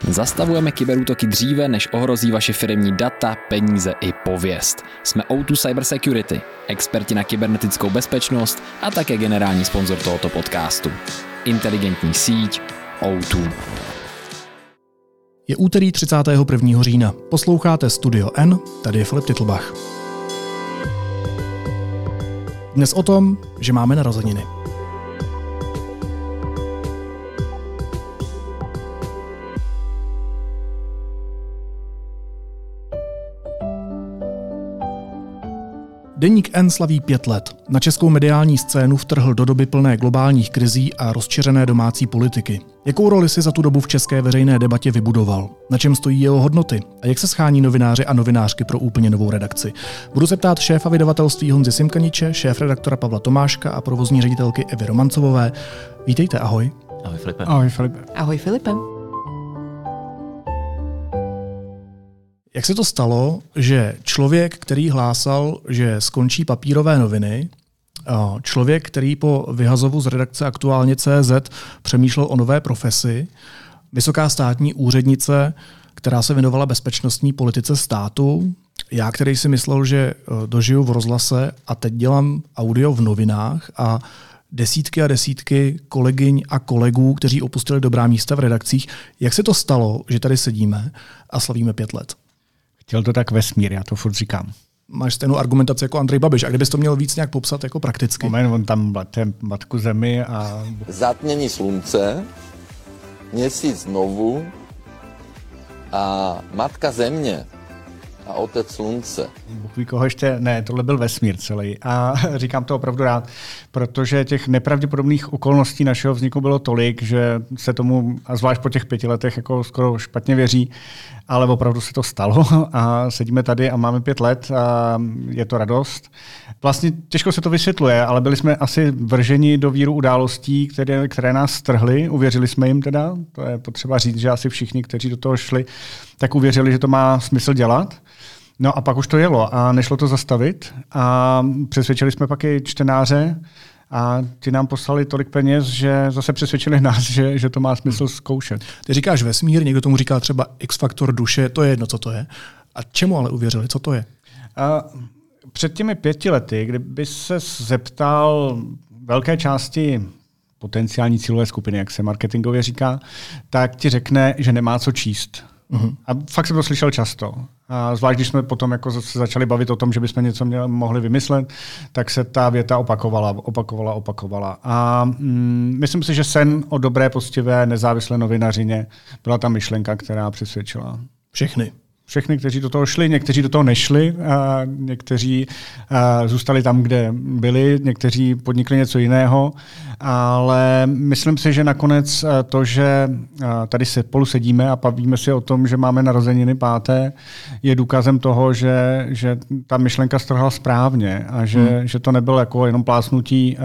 Zastavujeme kyberútoky dříve, než ohrozí vaše firemní data, peníze i pověst. Jsme O2 Cybersecurity, experti na kybernetickou bezpečnost a také generální sponzor tohoto podcastu. Inteligentní síť O2. Je úterý 31. října. Posloucháte Studio N, tady je Filip Titlbach. Dnes o tom, že máme narozeniny. Deník N slaví 5 let. Na českou mediální scénu vtrhl do doby plné globálních krizí a rozčeřené domácí politiky. Jakou roli si za tu dobu v české veřejné debatě vybudoval? Na čem stojí jeho hodnoty? A jak se schání novináři a novinářky pro úplně novou redakci? Budu se ptát šéfa vydavatelství Honzy Simkaniče, šéfredaktora Pavla Tomáška a provozní ředitelky Evy Romancovové. Vítejte, ahoj. Ahoj Filipe. Ahoj Filipe. Ahoj Filipe. Jak se to stalo, že člověk, který hlásal, že skončí papírové noviny, člověk, který po vyhazovu z redakce Aktuálně.cz přemýšlel o nové profesi, vysoká státní úřednice, která se věnovala bezpečnostní politice státu, já, který si myslel, že dožiju v rozhlase a teď dělám audio v novinách a desítky a desítky kolegyň a kolegů, kteří opustili dobrá místa v redakcích. Jak se to stalo, že tady sedíme a slavíme 5 let? Chtěl to tak vesmír, já to furt říkám. Máš stejnou argumentaci jako Andrej Babiš. A kdybys to měl víc nějak popsat jako prakticky? On tam blate matku zemi a... Zatmění slunce, měsíc znovu a matka země a otec slunce. Bůh ví, koho ještě... Ne, tohle byl vesmír celý. A říkám to opravdu rád, protože těch nepravděpodobných okolností našeho vzniku bylo tolik, že se tomu, a zvlášť po těch 5 letech, jako skoro špatně věří, ale opravdu se to stalo a sedíme tady a máme 5 let a je to radost. Vlastně těžko se to vysvětluje, ale byli jsme asi vrženi do víru událostí, které nás strhly. Uvěřili jsme jim teda, to je potřeba říct, že asi všichni, kteří do toho šli, tak uvěřili, že to má smysl dělat. No a pak už to jelo a nešlo to zastavit a přesvědčili jsme pak i čtenáře a ti nám poslali tolik peněz, že zase přesvědčili nás, že to má smysl zkoušet. Ty říkáš vesmír, někdo tomu říká třeba X-faktor duše, to je jedno, co to je. A čemu ale uvěřili, co to je? Před těmi 5 lety, kdyby se zeptal velké části potenciální cílové skupiny, jak se marketingově říká, tak ti řekne, že nemá co číst. Uh-huh. A fakt jsem to slyšel často. A zvlášť, když jsme potom jako se začali bavit o tom, že bychom něco mohli vymyslet, tak se ta věta opakovala. A myslím si, že sen o dobré, poctivé, nezávislé novinařině byla ta myšlenka, která přesvědčila všechny, kteří do toho šli, někteří do toho nešli, někteří zůstali tam, kde byli, někteří podnikli něco jiného, ale myslím si, že nakonec to, že tady se spolu sedíme a bavíme si o tom, že máme narozeniny 5., je důkazem toho, že ta myšlenka strhla správně a že to nebylo jako jenom plásnutí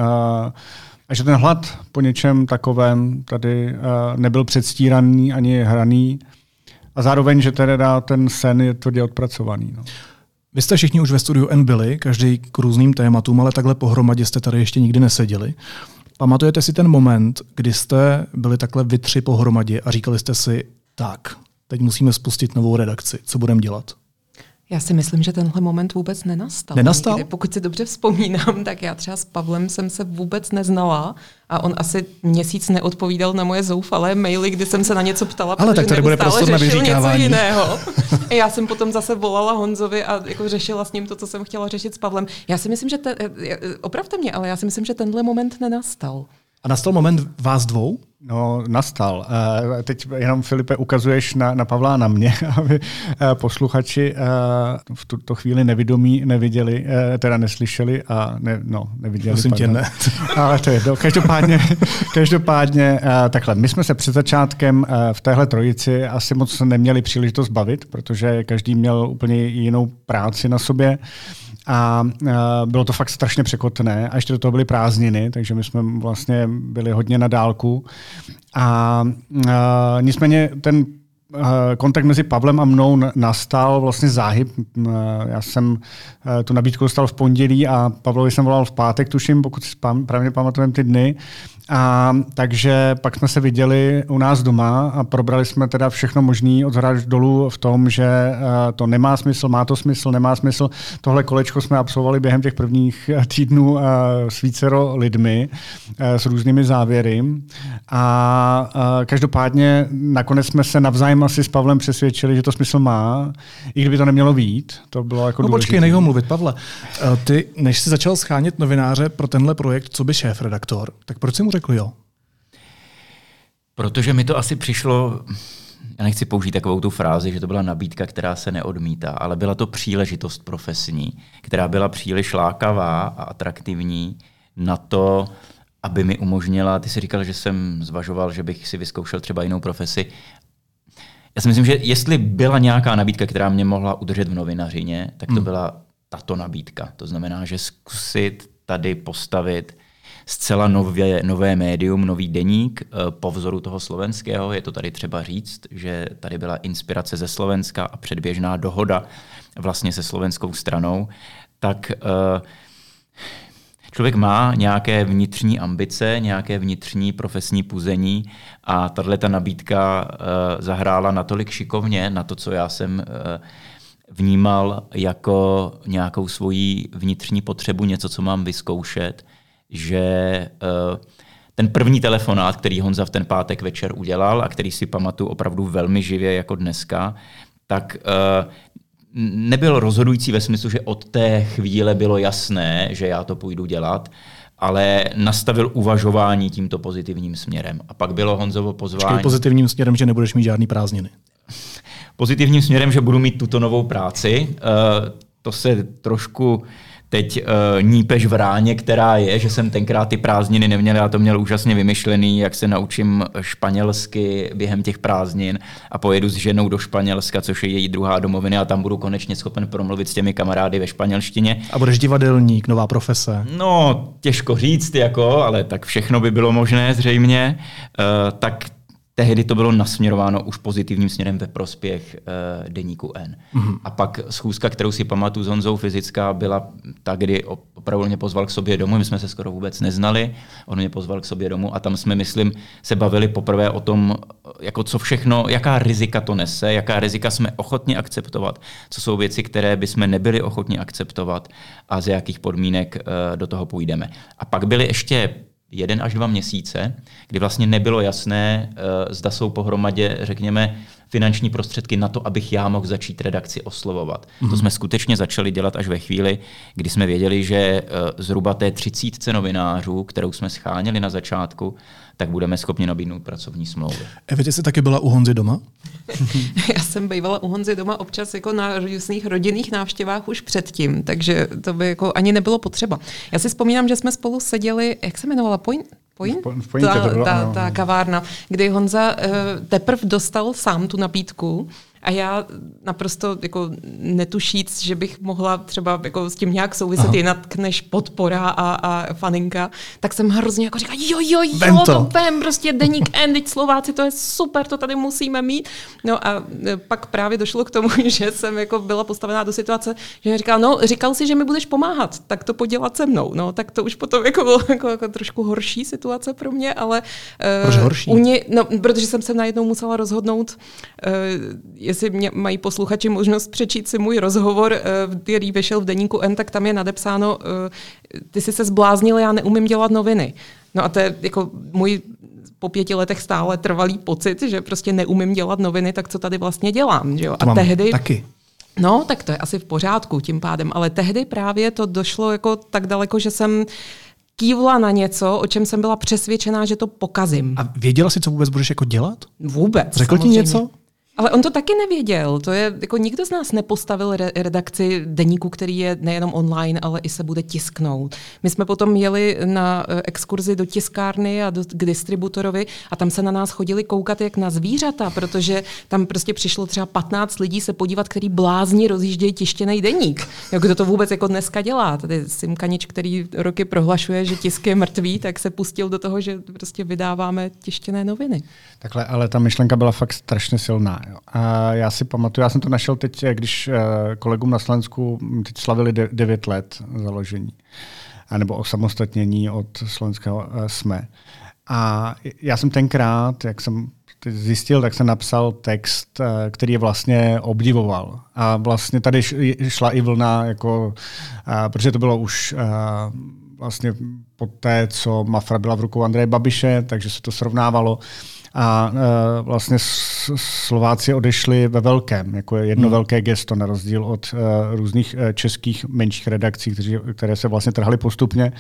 a že ten hlad po něčem takovém tady nebyl předstíraný ani hraný. A zároveň, že teda ten sen je tvrdě odpracovaný. No. Vy jste všichni už ve studiu N byli, každý k různým tématům, ale takhle pohromadě jste tady ještě nikdy neseděli. Pamatujete si ten moment, kdy jste byli takhle vy 3 pohromadě a říkali jste si, tak, teď musíme spustit novou redakci, co budeme dělat? Já si myslím, že tenhle moment vůbec nenastal. Nikdy. Pokud si dobře vzpomínám, tak já třeba s Pavlem jsem se vůbec neznala a on asi měsíc neodpovídal na moje zoufalé maily, kdy jsem se na něco ptala, ale protože tak neustále řešil něco jiného. A já jsem potom zase volala Honzovi a jako řešila s ním to, co jsem chtěla řešit s Pavlem. Já si myslím, že opravte mě, ale já si myslím, že tenhle moment nenastal. A nastal moment vás 2? No, nastal. Teď jenom, Filipe, ukazuješ na Pavla a na mě, aby posluchači v tuto chvíli nevidomí neviděli, teda neslyšeli a neviděli. Prosím tě, ne. Ale to je jedno. Každopádně takhle. My jsme se před začátkem v téhle trojici asi moc neměli příležitost bavit, protože každý měl úplně jinou práci na sobě. A bylo to fakt strašně překotné. A ještě do toho byly prázdniny, takže my jsme vlastně byli hodně na dálku. A nicméně ten kontakt mezi Pavlem a mnou nastal vlastně záhyb. Já jsem tu nabídku dostal v pondělí a Pavlovi jsem volal v pátek, tuším, pokud si pravděpodobně pamatujeme ty dny. Takže pak jsme se viděli u nás doma a probrali jsme teda všechno možné od hora dolů v tom, že to nemá smysl, má to smysl, nemá smysl. Tohle kolečko jsme absolvovali během těch prvních týdnů s vícero lidmi, s různými závěry. A každopádně nakonec jsme se navzájem asi s Pavlem přesvědčili, že to smysl má, i kdyby to nemělo být. To bylo jako důležité. Počkej, nech ho mluvit, Pavle. Ty, než jsi začal schánět novináře pro tenhle projekt, co by šéfredaktor, tak proč jsi mu řekl jo? Protože mi to asi přišlo, já nechci použít takovou tu frázi, že to byla nabídka, která se neodmítá, ale byla to příležitost profesní, která byla příliš lákavá a atraktivní na to, aby mi umožnila, ty jsi říkal, že jsem zvažoval, že bych si vyzkoušel třeba jinou profesi. Já si myslím, že jestli byla nějaká nabídka, která mě mohla udržet v novinařině, tak to byla tato nabídka. To znamená, že zkusit tady postavit zcela nové médium, nový deník po vzoru toho slovenského. Je to tady třeba říct, že tady byla inspirace ze Slovenska a předběžná dohoda vlastně se slovenskou stranou. Tak člověk má nějaké vnitřní ambice, nějaké vnitřní profesní puzení a tato nabídka zahrála natolik šikovně na to, co já jsem vnímal jako nějakou svoji vnitřní potřebu, něco, co mám vyzkoušet, že ten první telefonát, který Honza v ten pátek večer udělal a který si pamatuju opravdu velmi živě jako dneska, tak nebyl rozhodující ve smyslu, že od té chvíle bylo jasné, že já to půjdu dělat, ale nastavil uvažování tímto pozitivním směrem. A pak bylo Honzovo pozvání. Počkej, pozitivním směrem, že nebudeš mít žádný prázdniny. Pozitivním směrem, že budu mít tuto novou práci. To se trošku teď nípeš v ráně, která je, že jsem tenkrát ty prázdniny neměl, já to měl úžasně vymyšlený, jak se naučím španělsky během těch prázdnin a pojedu s ženou do Španělska, což je její druhá domovina a tam budu konečně schopen promluvit s těmi kamarády ve španělštině. A budeš divadelník, nová profese. No, těžko říct, ale tak všechno by bylo možné zřejmě. Tak tehdy to bylo nasměrováno už pozitivním směrem ve prospěch deníku N. Mm-hmm. A pak schůzka, kterou si pamatuju s Honzou fyzická, byla ta, kdy opravdu mě pozval k sobě domů. My jsme se skoro vůbec neznali. On mě pozval k sobě domů a tam jsme, myslím, se bavili poprvé o tom, jako co všechno, jaká rizika to nese, jaká rizika jsme ochotni akceptovat, co jsou věci, které bychom nebyli ochotni akceptovat a z jakých podmínek do toho půjdeme. A pak byly ještě 1 až 2 měsíce, kdy vlastně nebylo jasné, zda jsou pohromadě, řekněme, finanční prostředky na to, abych já mohl začít redakci oslovovat. To jsme skutečně začali dělat až ve chvíli, kdy jsme věděli, že zhruba té 30 novinářů, kterou jsme scháněli na začátku, tak budeme schopni nabídnout pracovní smlouvy. Evetě jsi taky byla u Honzy doma? Já jsem bývala u Honzy doma občas jako na různých rodinných návštěvách už předtím, takže to by jako ani nebylo potřeba. Já si vzpomínám, že jsme spolu seděli, jak se jmenovala, ta kavárna, kdy Honza teprve dostal sám tu nabídku a já naprosto jako netušíc, že bych mohla třeba jako s tím nějak souviset jinak než podpora a faninka, tak jsem hrozně jako říkala, jo, to vem, prostě deník N, teď Slováci, to je super, to tady musíme mít. No a pak právě došlo k tomu, že jsem jako byla postavená do situace, že mi říkala, říkal si, že mi budeš pomáhat, tak to podělat se mnou. No, tak to už potom jako bylo jako trošku horší situace pro mě, ale proč horší? Protože jsem se najednou musela rozhodnout, jestli mají posluchači možnost přečíst si můj rozhovor, který vyšel v deníku N, tak tam je nadepsáno, ty jsi se zbláznil, já neumím dělat noviny. No a to je jako můj po 5 letech stále trvalý pocit, že prostě neumím dělat noviny, tak co tady vlastně dělám. Že jo? A tehdy taky. No, tak to je asi v pořádku tím pádem, ale tehdy právě to došlo jako tak daleko, že jsem kývla na něco, o čem jsem byla přesvědčená, že to pokazím. A věděla jsi, co vůbec budeš jako dělat? Vůbec. Řekl ti něco? Ale on to taky nevěděl. To je, jako nikdo z nás nepostavil redakci deníku, který je nejenom online, ale i se bude tisknout. My jsme potom jeli na exkurzi do tiskárny a k distributorovi a tam se na nás chodili koukat jak na zvířata, protože tam prostě přišlo třeba 15 lidí se podívat, který blázni rozjíždějí tištěný deník. Kdo to vůbec jako dneska dělá? Tady Simkanič, který roky prohlašuje, že tisk je mrtvý, tak se pustil do toho, že prostě vydáváme tištěné noviny. Takhle, ale ta myšlenka byla fakt strašně silná. Jo. A já si pamatuju, já jsem to našel teď, když kolegům na Slovensku teď slavili 9 let založení, nebo osamostatnění od slovenského SME. A já jsem tenkrát, jak jsem zjistil, tak jsem napsal text, který je vlastně obdivoval. A vlastně tady šla i vlna, jako, protože to bylo už vlastně po té, co Mafra byla v rukou Andreje Babiše, takže se to srovnávalo. A vlastně Slováci odešli ve velkém, jako jedno velké gesto, na rozdíl od různých českých menších redakcí, které se vlastně trhaly postupně.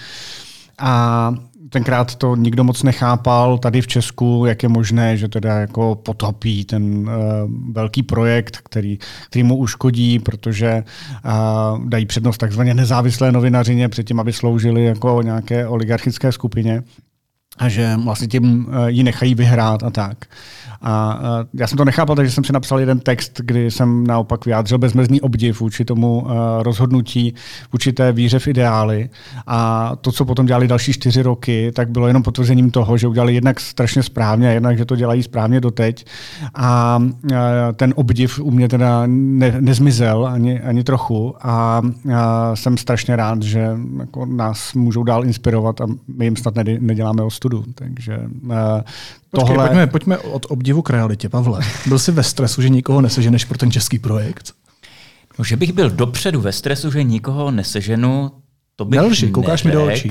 A tenkrát to nikdo moc nechápal tady v Česku, jak je možné, že teda jako potopí ten velký projekt, který mu uškodí, protože dají přednost takzvaně nezávislé novinařině předtím, aby sloužili jako nějaké oligarchické skupině. A že vlastně tím ji nechají vyhrát a tak. A já jsem to nechápal, takže jsem si napsal jeden text, kdy jsem naopak vyjádřil bezmezný obdiv vůči tomu rozhodnutí, vůči té víře v ideály. A to, co potom dělali další 4 roky, tak bylo jenom potvrzením toho, že udělali jednak strašně správně a jednak, že to dělají správně doteď. A ten obdiv u mě teda nezmizel ani trochu. A jsem strašně rád, že jako nás můžou dál inspirovat a my jim snad neděláme ostudu. Takže tohle... Pojďme od obdivu k realitě, Pavle. Byl jsi ve stresu, že nikoho neseženeš pro ten český projekt? No, že bych byl dopředu ve stresu, že nikoho neseženu, to bych nelži, koukáš mi do očí.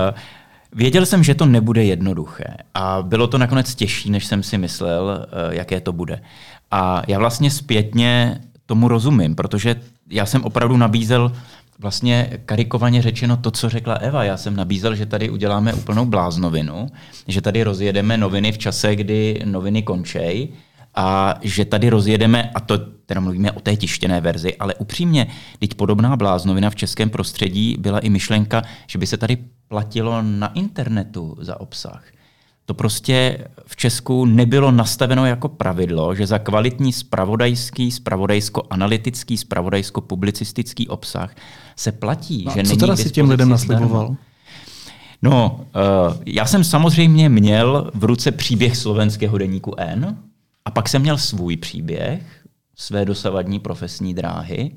Věděl jsem, že to nebude jednoduché a bylo to nakonec těžší, než jsem si myslel, jaké to bude. A já vlastně zpětně tomu rozumím, protože já jsem opravdu nabízel vlastně karikovaně řečeno to, co řekla Eva. Já jsem nabízel, že tady uděláme úplnou bláznovinu, že tady rozjedeme noviny v čase, kdy noviny končí, a že tady rozjedeme, a to teda mluvíme o té tištěné verzi, ale upřímně, teď podobná bláznovina v českém prostředí byla i myšlenka, že by se tady platilo na internetu za obsah. To prostě v Česku nebylo nastaveno jako pravidlo, že za kvalitní spravodajský, spravodajsko-analytický, spravodajsko-publicistický obsah se platí. No, že co teda si těm lidem nasliboval? No, já jsem samozřejmě měl v ruce příběh slovenského deníku N a pak jsem měl svůj příběh, své dosavadní profesní dráhy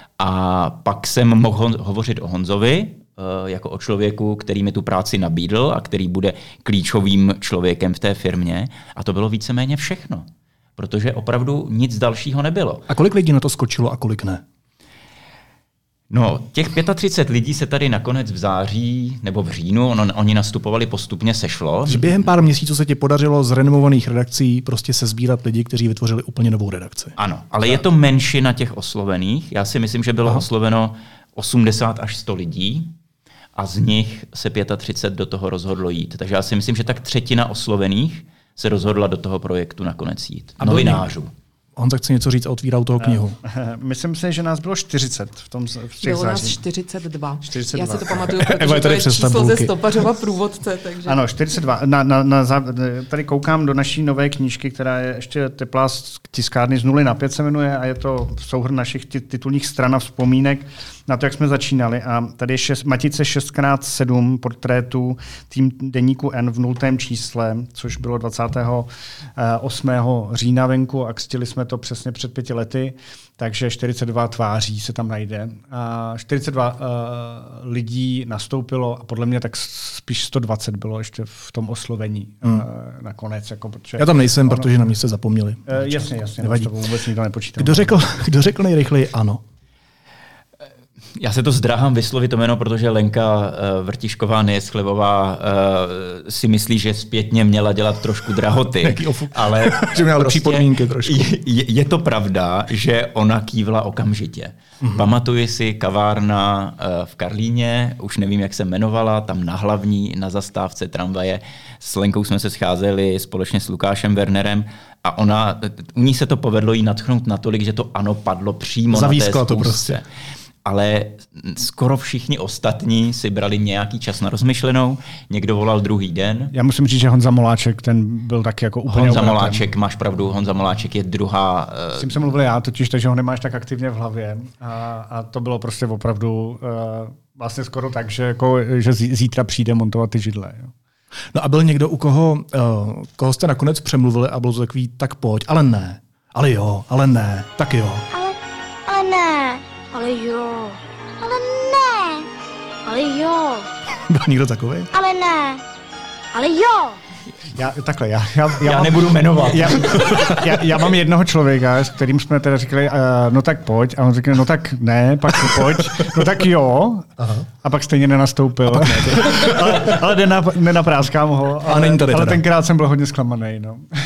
a pak jsem mohl hovořit o Honzovi, jako o člověku, který mi tu práci nabídl a který bude klíčovým člověkem v té firmě. A to bylo víceméně všechno. Protože opravdu nic dalšího nebylo. A kolik lidí na to skočilo a kolik ne? No, těch 35 lidí se tady nakonec v září nebo v říjnu, oni nastupovali postupně, sešlo. Že během pár měsíců se ti podařilo z renomovaných redakcí prostě sesbírat lidi, kteří vytvořili úplně novou redakci. Ano, ale je to menšina těch oslovených. Já si myslím, že bylo osloveno 80 až 100 lidí. A z nich se 35 do toho rozhodlo jít. Takže já si myslím, že tak 1/3 oslovených se rozhodla do toho projektu nakonec jít. A novinářů. Honza chce něco říct a otvírá u toho knihu. Myslím si, že nás bylo 40 v těch bylo září. Nás 42. 42. Já si to pamatuju, protože to je číslo ze Stopařova průvodce. Takže... Ano, 42. Tady koukám do naší nové knížky, která je ještě teplá z tiskárny z 0 na 5 se jmenuje a je to souhrn našich titulních stran a vzpomínek na to, jak jsme začínali. A tady je matice 6x7 portrétů tým deníku N v 0. čísle, což bylo 28. října venku a kstili jsme to přesně před 5 lety, takže 42 tváří se tam najde. A 42 lidí nastoupilo a podle mě tak spíš 120 bylo ještě v tom oslovení nakonec. Jako, já tam nejsem, protože na mě se zapomněli. Jasně, nevadí. To vůbec nikdo nepočítal. Kdo řekl nejrychleji ano? Já se to zdráhám vyslovit to jméno, protože Lenka Vrtišková Nejeschlivová si myslí, že zpětně měla dělat trošku drahoty. Ale že měla lepší podmínky trošku. Je to pravda, že ona kývla okamžitě. Pamatuji si kavárna v Karlíně, už nevím, jak se jmenovala, tam na Hlavní, na zastávce tramvaje. S Lenkou jsme se scházeli společně s Lukášem Wernerem a u ní se to povedlo jí nadchnout natolik, že to ano padlo přímo Zavískla na té to prostě. Ale skoro všichni ostatní si brali nějaký čas na rozmyšlenou, někdo volal druhý den. Já musím říct, že Honza Moláček, ten byl taky jako úplně Honza Moláček, máš pravdu, Honza Moláček je druhá. S tím jsem mluvil já totiž, takže ho nemáš tak aktivně v hlavě. A to bylo prostě opravdu vlastně skoro tak, že zítra přijde montovat ty židle. Jo. No a byl někdo, u koho jste nakonec přemluvili a bylo to takový, tak pojď, ale ne. Ale jo, ale ne, tak jo. Ale ne, ale jo, ale ne, ale jo. Byl někdo takový? Ale ne, ale jo. Já nebudu jmenovat. Já mám jednoho člověka, s kterým jsme teda říkali, no tak pojď, a on řekl, no tak ne, pak pojď, no tak jo, aha. A pak stejně nenastoupil. A pak ne, ale nenapráskám ho, ale tenkrát jsem byl hodně zklamaný.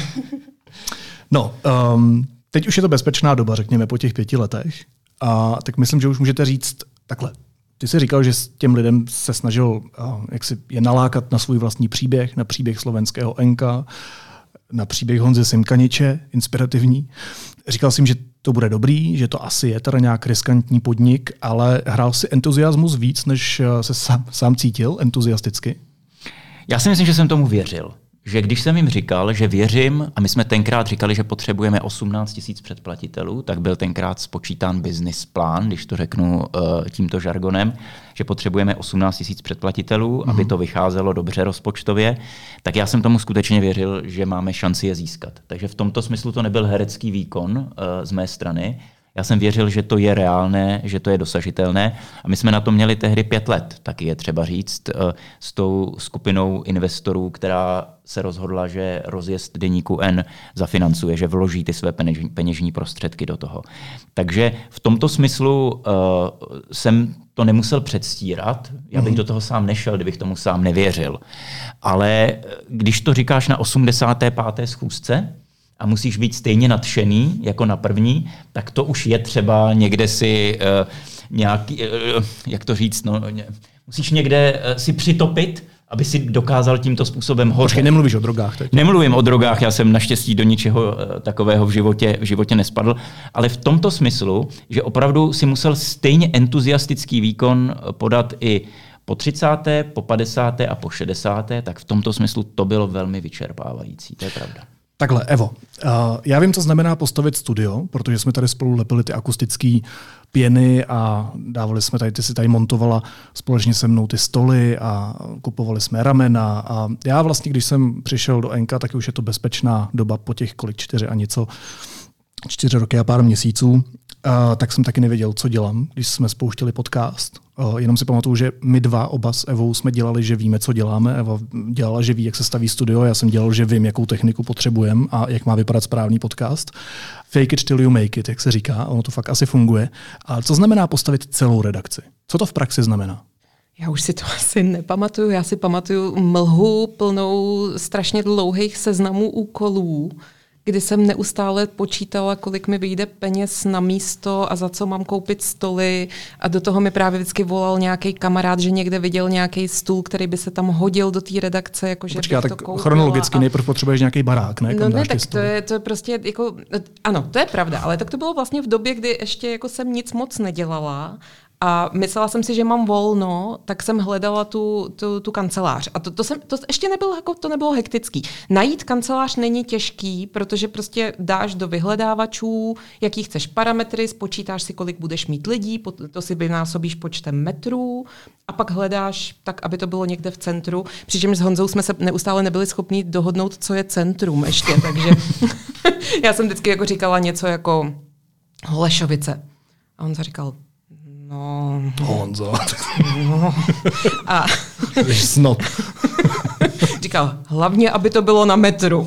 No, teď už je to bezpečná doba, řekněme, po těch 5 letech. A tak myslím, že už můžete říct takhle. Ty jsi říkal, že s těm lidem se snažil jak si je nalákat na svůj vlastní příběh, na příběh slovenského Enka, na příběh Honzy Simkaniče, inspirativní. Říkal jsem, že to bude dobrý, že to asi je teda nějak riskantní podnik, ale hrál si entuziasmus víc, než se sám cítil entuziasticky? Já si myslím, že jsem tomu věřil. Že když jsem jim říkal, že věřím, a my jsme tenkrát říkali, že potřebujeme 18 000 předplatitelů, tak byl tenkrát spočítán business plán, když to řeknu tímto žargonem, že potřebujeme 18 000 předplatitelů, aby to vycházelo dobře rozpočtově, tak já jsem tomu skutečně věřil, že máme šanci je získat. Takže v tomto smyslu to nebyl herecký výkon z mé strany. Já jsem věřil, že to je reálné, že to je dosažitelné a my jsme na to měli tehdy 5 let, taky je třeba říct, s tou skupinou investorů, která se rozhodla, že rozjezd Deníku N zafinancuje, že vloží ty své peněžní prostředky do toho. Takže v tomto smyslu jsem to nemusel předstírat, já bych do toho sám nešel, kdybych tomu sám nevěřil. Ale když to říkáš na 85. schůzce, a musíš být stejně nadšený jako na první, tak to už je třeba někde si nějaký, jak to říct, musíš někde si přitopit, aby si dokázal tímto způsobem hořet. Počkej, nemluvíš o drogách teď? Nemluvím o drogách, já jsem naštěstí do ničeho takového v životě nespadl, ale v tomto smyslu, že opravdu si musel stejně entuziastický výkon podat i po 30., po 50. a po 60., tak v tomto smyslu to bylo velmi vyčerpávající, to je pravda. Takhle, Evo, já vím, co znamená postavit studio, protože jsme tady spolu lepili ty akustické pěny a dávali jsme tady, ty si tady montovala společně se mnou ty stoly a kupovali jsme ramena a já vlastně, když jsem přišel do Enka, tak už je to bezpečná doba po těch 4 roky a pár měsíců, tak jsem taky nevěděl, co dělám, když jsme spouštěli podcast. Jenom si pamatuju, že my oba s Evou jsme dělali, že víme, co děláme. Eva dělala, že ví, jak se staví studio, já jsem dělal, že vím, jakou techniku potřebujeme a jak má vypadat správný podcast. Fake it till you make it, jak se říká, ono to fakt asi funguje. Ale co znamená postavit celou redakci? Co to v praxi znamená? Já už si to asi nepamatuju. Já si pamatuju mlhu plnou strašně dlouhých seznamů úkolů, kdy jsem neustále počítala, kolik mi vyjde peněz na místo a za co mám koupit stoly. A do toho mi právě vždycky volal nějaký kamarád, že někde viděl nějaký stůl, který by se tam hodil do té redakce. Jako, že počkej, tak chronologicky nejprve potřebuješ nějaký barák, ne? No ne, tak to je prostě jako, ano, to je pravda, ale tak to bylo vlastně v době, kdy ještě jako jsem nic moc nedělala. A myslela jsem si, že mám volno, tak jsem hledala tu kancelář. A to ještě nebylo, jako, to nebylo hektický. Najít kancelář není těžký, protože prostě dáš do vyhledávačů, jaký chceš parametry, spočítáš si, kolik budeš mít lidí, to si vynásobíš počtem metrů a pak hledáš tak, aby to bylo někde v centru. Přičemž s Honzou jsme se neustále nebyli schopni dohodnout, co je centrum ještě. Takže já jsem vždycky jako říkala něco jako Holešovice. A Honza říkal, Honzo. No. A snot. Říkal, hlavně, aby to bylo na metru.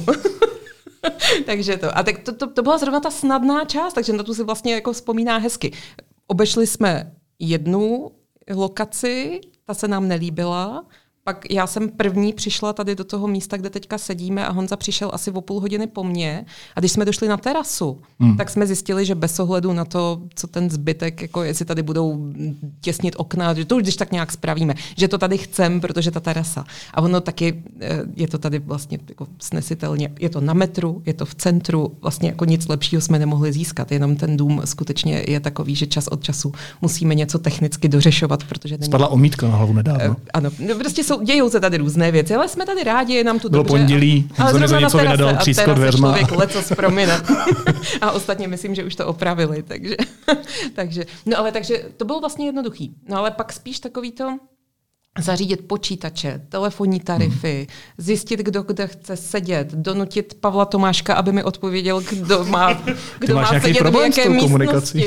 Takže to. A tak to byla zrovna ta snadná část, takže na tu si vlastně jako vzpomíná hezky. Obešli jsme jednu lokaci, ta se nám nelíbila. Pak já jsem první přišla tady do toho místa, kde teďka sedíme a Honza přišel asi o půl hodiny po mně. A když jsme došli na terasu, tak jsme zjistili, že bez ohledu na to, co ten zbytek, jako jestli tady budou těsnit okna, že to už když tak nějak spravíme, že to tady chcem, protože ta terasa. A ono taky je to tady vlastně jako snesitelně. Je to na metru, je to v centru, vlastně jako nic lepšího jsme nemohli získat. Jenom ten dům skutečně je takový, že čas od času musíme něco technicky dořešovat, protože není... Spadla omítka na hlavu nedávno. Ano, prostě dějou se tady různé věci, ale jsme tady rádi, je nám tu bylo dobře. Bylo pondělí, ale za něco vynadal třísko dveřma. Člověk lecos promine. A ostatně myslím, že už to opravili, takže no ale takže to bylo vlastně jednoduchý. No ale pak spíš takový to, zařídit počítače, telefonní tarify, zjistit, kdo kde chce sedět, donutit Pavla Tomáška, aby mi odpověděl, kdo má sedět v jaké místnosti.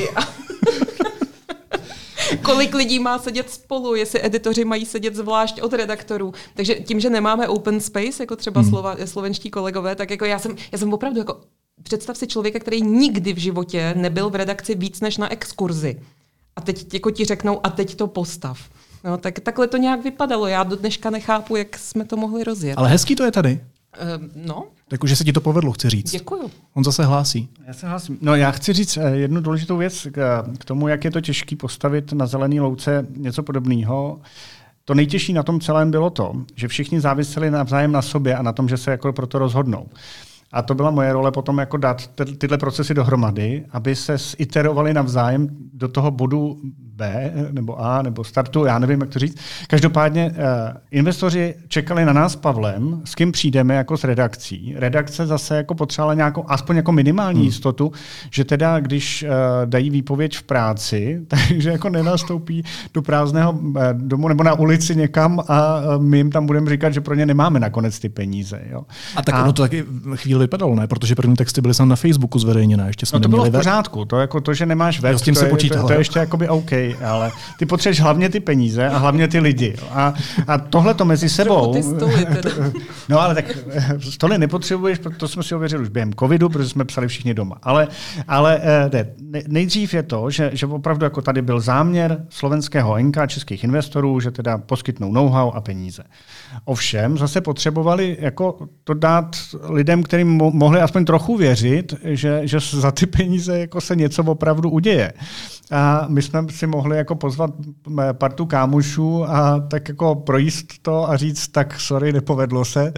Kolik lidí má sedět spolu, jestli editoři mají sedět zvlášť od redaktorů. Takže tím, že nemáme open space, jako třeba slovenští kolegové, tak jako já jsem opravdu jako, představ si člověka, který nikdy v životě nebyl v redakci víc než na exkurzi. A teď jako ti řeknou, a teď to postav. No, tak takhle to nějak vypadalo. Já do dneška nechápu, jak jsme to mohli rozjet. Ale hezký to je tady. No. Takže se ti to povedlo, chci říct. Děkuju. On zase hlásí. Já se hlásím. No, já chci říct jednu důležitou věc k tomu, jak je to těžké postavit na zelený louce něco podobného. To nejtěžší na tom celém bylo to, že všichni záviseli navzájem na sobě a na tom, že se jako pro to rozhodnou. A to byla moje role potom jako dát tyhle procesy dohromady, aby se iterovali navzájem do toho bodu B nebo A nebo startu, já nevím, jak to říct. Každopádně investoři čekali na nás s Pavlem, s kým přijdeme jako s redakcí. Redakce zase jako potřebovala nějakou, aspoň jako minimální jistotu, že teda, když dají výpověď v práci, takže jako nenastoupí do prázdného domu nebo na ulici někam a my jim tam budeme říkat, že pro ně nemáme nakonec ty peníze. Jo. A tak ono to taky chvíli vypadalo, ne? Protože první texty byly na Facebooku zveřejněné. Ještě jsme to bylo v pořádku. To, jako to, že nemáš web, to je ještě jakoby OK, ale ty potřebuješ hlavně ty peníze a hlavně ty lidi. A tohle to mezi sebou... Ty stoly teda. No ale tak stoly nepotřebuješ, to jsme si ověřili už během covidu, protože jsme psali všichni doma. Ale nejdřív je to, že opravdu jako tady byl záměr slovenského NK, českých investorů, že teda poskytnou know-how a peníze. Ovšem zase potřebovali jako to dát lidem, kterým mohli aspoň trochu věřit, že za ty peníze jako se něco opravdu uděje. A my jsme si mohli jako pozvat partu kámošů a tak jako projíst to a říct, tak sorry, nepovedlo se.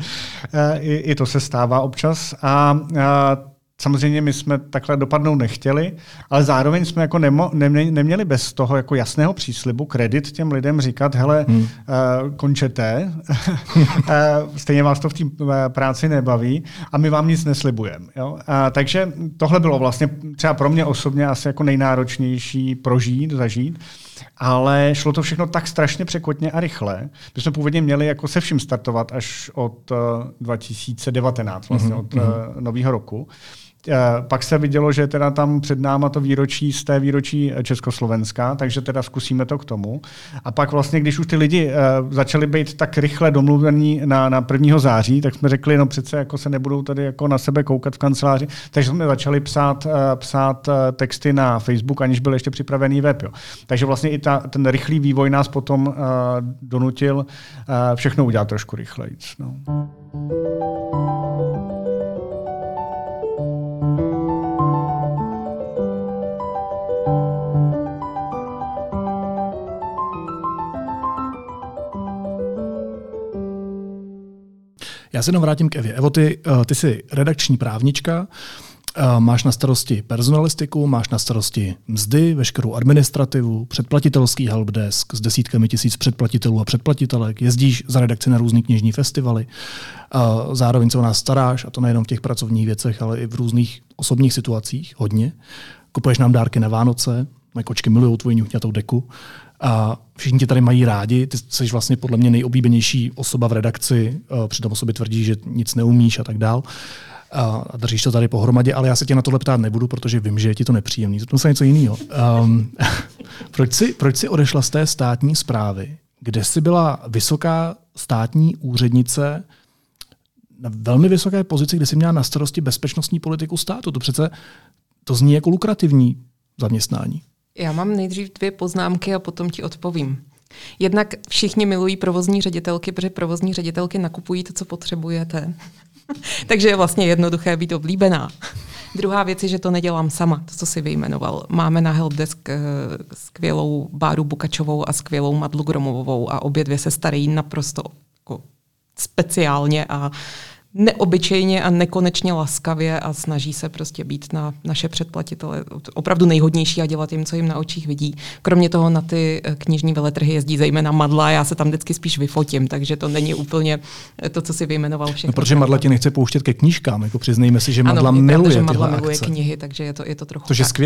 I to se stává občas. A samozřejmě my jsme takhle dopadnout nechtěli, ale zároveň jsme jako neměli bez toho jako jasného příslibu kredit těm lidem říkat, hele, končete, stejně vás to v té práci nebaví a my vám nic neslibujeme. Takže tohle bylo vlastně třeba pro mě osobně asi jako nejnáročnější zažít, ale šlo to všechno tak strašně překotně a rychle, že jsme původně měli jako se vším startovat až od 2019, vlastně od nového roku. Pak se vidělo, že teda tam před náma to výročí z té výročí Československa, takže teda zkusíme to k tomu. A pak vlastně, když už ty lidi začali být tak rychle domluvení na 1. září, tak jsme řekli, no přece jako se nebudou tady jako na sebe koukat v kanceláři, takže jsme začali psát texty na Facebook, aniž byl ještě připravený web. Jo. Takže vlastně i ten rychlý vývoj nás potom donutil všechno udělat trošku rychleji. No. Já se jenom vrátím k Evě. Evo, ty jsi redakční právnička, máš na starosti personalistiku, máš na starosti mzdy, veškerou administrativu, předplatitelský helpdesk s desítkami tisíc předplatitelů a předplatitelek, jezdíš za redakci na různý knižní festivaly, zároveň se o nás staráš, a to nejenom v těch pracovních věcech, ale i v různých osobních situacích, hodně. Kupuješ nám dárky na Vánoce, moje kočky milujou tvoji ňuchňatou deku. A všichni tě tady mají rádi, ty jsi vlastně podle mě nejoblíbenější osoba v redakci, přitom o sobě tvrdíš, že nic neumíš a tak dál. A držíš to tady pohromadě, ale já se tě na tohle ptát nebudu, protože vím, že je ti to nepříjemný. To je něco jiného. Proč jsi odešla z té státní správy, kde jsi byla vysoká státní úřednice na velmi vysoké pozici, kde jsi měla na starosti bezpečnostní politiku státu? To přece to zní jako lukrativní zaměstnání. Já mám nejdřív 2 poznámky a potom ti odpovím. Jednak všichni milují provozní ředitelky, protože provozní ředitelky nakupují to, co potřebujete. Takže je vlastně jednoduché být oblíbená. Druhá věc je, že to nedělám sama, to, co si vyjmenoval. Máme na helpdesk skvělou Báru Bukačovou a skvělou Madlu Gromovou a obě 2 se starají naprosto jako speciálně a neobyčejně a nekonečně laskavě a snaží se prostě být na naše předplatitele opravdu nejhodnější a dělat jim, co jim na očích vidí. Kromě toho na ty knižní veletrhy jezdí zejména Madla, já se tam vždycky spíš vyfotím, takže to není úplně to, co si vyjmenoval všechno. No, protože Madla tě nechce pouštět ke knížkám, jako přiznejme si, že Madla miluje tyhle Madla miluje knihy, takže je to trochu. Což je skvělý.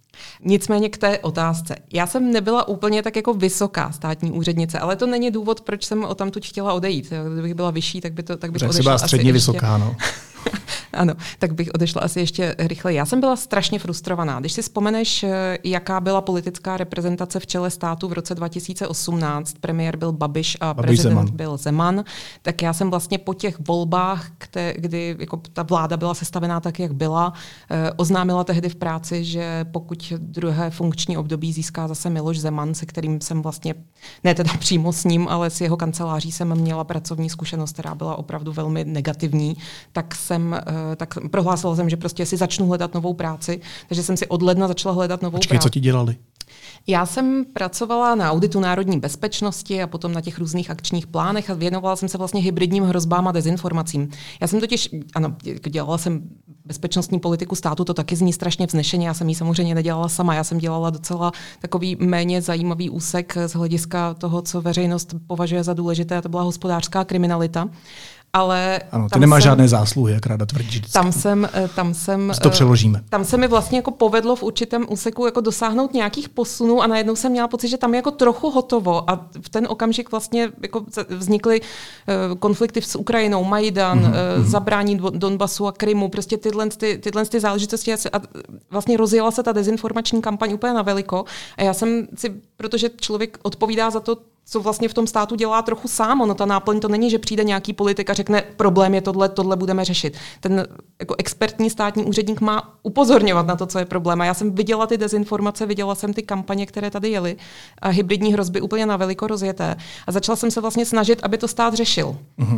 Nicméně k té otázce. Já jsem nebyla úplně tak jako vysoká státní úřednice, ale to není důvod, proč jsem odtamtud chtěla odejít. Kdybych byla vyšší, tak bych odešla byla středně vysoká, no. Ano, tak bych odešla asi ještě rychleji. Já jsem byla strašně frustrovaná. Když si vzpomeneš, jaká byla politická reprezentace v čele státu v roce 2018, premiér byl Babiš a prezident byl Zeman, tak já jsem vlastně po těch volbách, kdy jako ta vláda byla sestavená tak, jak byla, oznámila tehdy v práci, že pokud druhé funkční období získá zase Miloš Zeman, se kterým jsem vlastně, ne teda přímo s ním, ale s jeho kanceláří jsem měla pracovní zkušenost, která byla opravdu velmi negativní, tak prohlásila jsem, že prostě si začnu hledat novou práci, takže jsem si od ledna začala hledat novou práci. Co ti dělali? Já jsem pracovala na auditu národní bezpečnosti a potom na těch různých akčních plánech a věnovala jsem se vlastně hybridním hrozbám a dezinformacím. Já jsem totiž, ano, dělala jsem bezpečnostní politiku státu, to taky zní strašně vznešeně, já jsem ji samozřejmě nedělala sama, já jsem dělala docela takový méně zajímavý úsek z hlediska toho, co veřejnost považuje za důležité, a to byla hospodářská kriminalita. Ale ano, ty nemáš žádné zásluhy, jak ráda tvrdíš. Tam jsem to přeložíme. Tam se mi vlastně jako povedlo v určitém úseku jako dosáhnout nějakých posunů a najednou jsem měla pocit, že tam je jako trochu hotovo a v ten okamžik vlastně jako vznikly konflikty s Ukrajinou, Majdan, zabrání Donbasu a Krymu, prostě tyhle záležitosti a vlastně rozjela se ta dezinformační kampaň úplně na veliko a já jsem si, protože člověk odpovídá za to, co vlastně v tom státu dělá trochu sám. Ono ta náplň to není, že přijde nějaký politik a řekne, problém je tohle budeme řešit. Ten jako expertní státní úředník má upozorňovat na to, co je problém. A já jsem viděla ty dezinformace, viděla jsem ty kampaně, které tady jely a hybridní hrozby úplně na veliko rozjeté. A začala jsem se vlastně snažit, aby to stát řešil.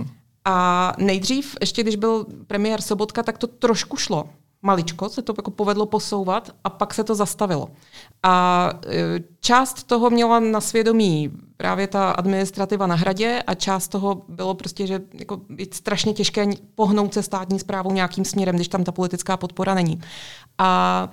A nejdřív, ještě když byl premiér Sobotka, tak to trošku šlo. Maličko se to jako povedlo posouvat a pak se to zastavilo. A část toho měla na svědomí právě ta administrativa na Hradě a část toho bylo prostě, že jako je strašně těžké pohnout se státní správou nějakým směrem, když tam ta politická podpora není. A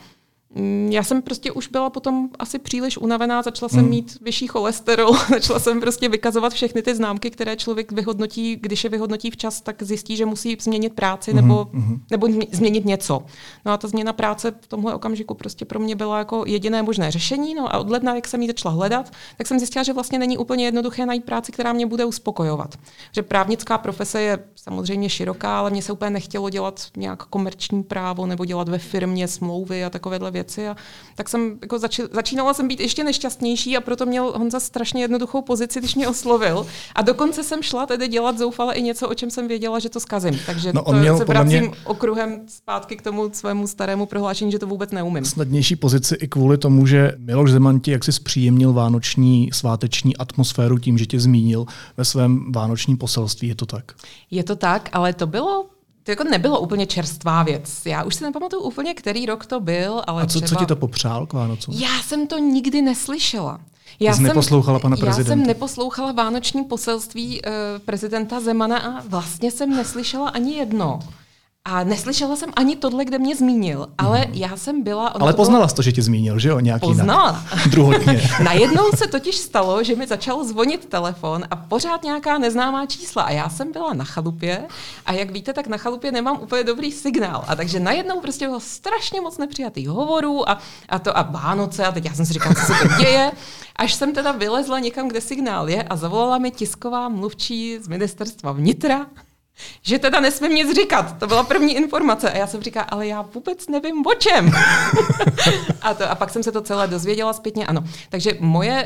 já jsem prostě už byla potom asi příliš unavená, začala jsem mít vyšší cholesterol, začala jsem prostě vykazovat všechny ty známky, které člověk vyhodnotí, když je vyhodnotí včas, tak zjistí, že musí změnit práci nebo změnit něco. No a ta změna práce v tomhle okamžiku prostě pro mě byla jako jediné možné řešení. No a od ledna, jak jsem ji začala hledat, tak jsem zjistila, že vlastně není úplně jednoduché najít práci, která mě bude uspokojovat. Že právnická profese je samozřejmě široká, ale mně se úplně nechtělo dělat nějak komerční právo nebo dělat ve firmě smlouvy a takovéhle věci. A tak jsem jako začínala jsem být ještě nešťastnější a proto měl Honza strašně jednoduchou pozici, když mě oslovil. A dokonce jsem šla tedy dělat zoufale i něco, o čem jsem věděla, že to zkazím. Takže se vracím okruhem zpátky k tomu svému starému prohlášení, že to vůbec neumím. Snadnější pozici i kvůli tomu, že Miloš Zeman ti jaksi zpříjemnil vánoční sváteční atmosféru tím, že tě zmínil ve svém vánočním poselství. Je to tak? Je to tak, ale to jako nebylo úplně čerstvá věc. Já už si nepamatuju úplně, který rok to byl, ale a co ti to popřál k Vánocům? Já jsem to nikdy neslyšela. Já jsem neposlouchala pana prezidenta. Já jsem neposlouchala vánoční poselství prezidenta Zemana a vlastně jsem neslyšela ani jedno. A neslyšela jsem ani tohle, kde mě zmínil, ale já jsem byla... Ale poznala jsi to, že tě zmínil, že jo? Nějaký poznala. Druhotně. Najednou se totiž stalo, že mi začal zvonit telefon a pořád nějaká neznámá čísla. A já jsem byla na chalupě a jak víte, tak na chalupě nemám úplně dobrý signál. A takže najednou prostě bylo strašně moc nepřijatých hovorů a Vánoce a teď já jsem si říkala, co se to děje. Až jsem teda vylezla někam, kde signál je a zavolala mi tisková mluvčí z ministerstva vnitra, že teda nesmím nic říkat. To byla první informace. A já jsem říkala, ale já vůbec nevím o čem. A pak jsem se to celé dozvěděla zpětně. Ano. Takže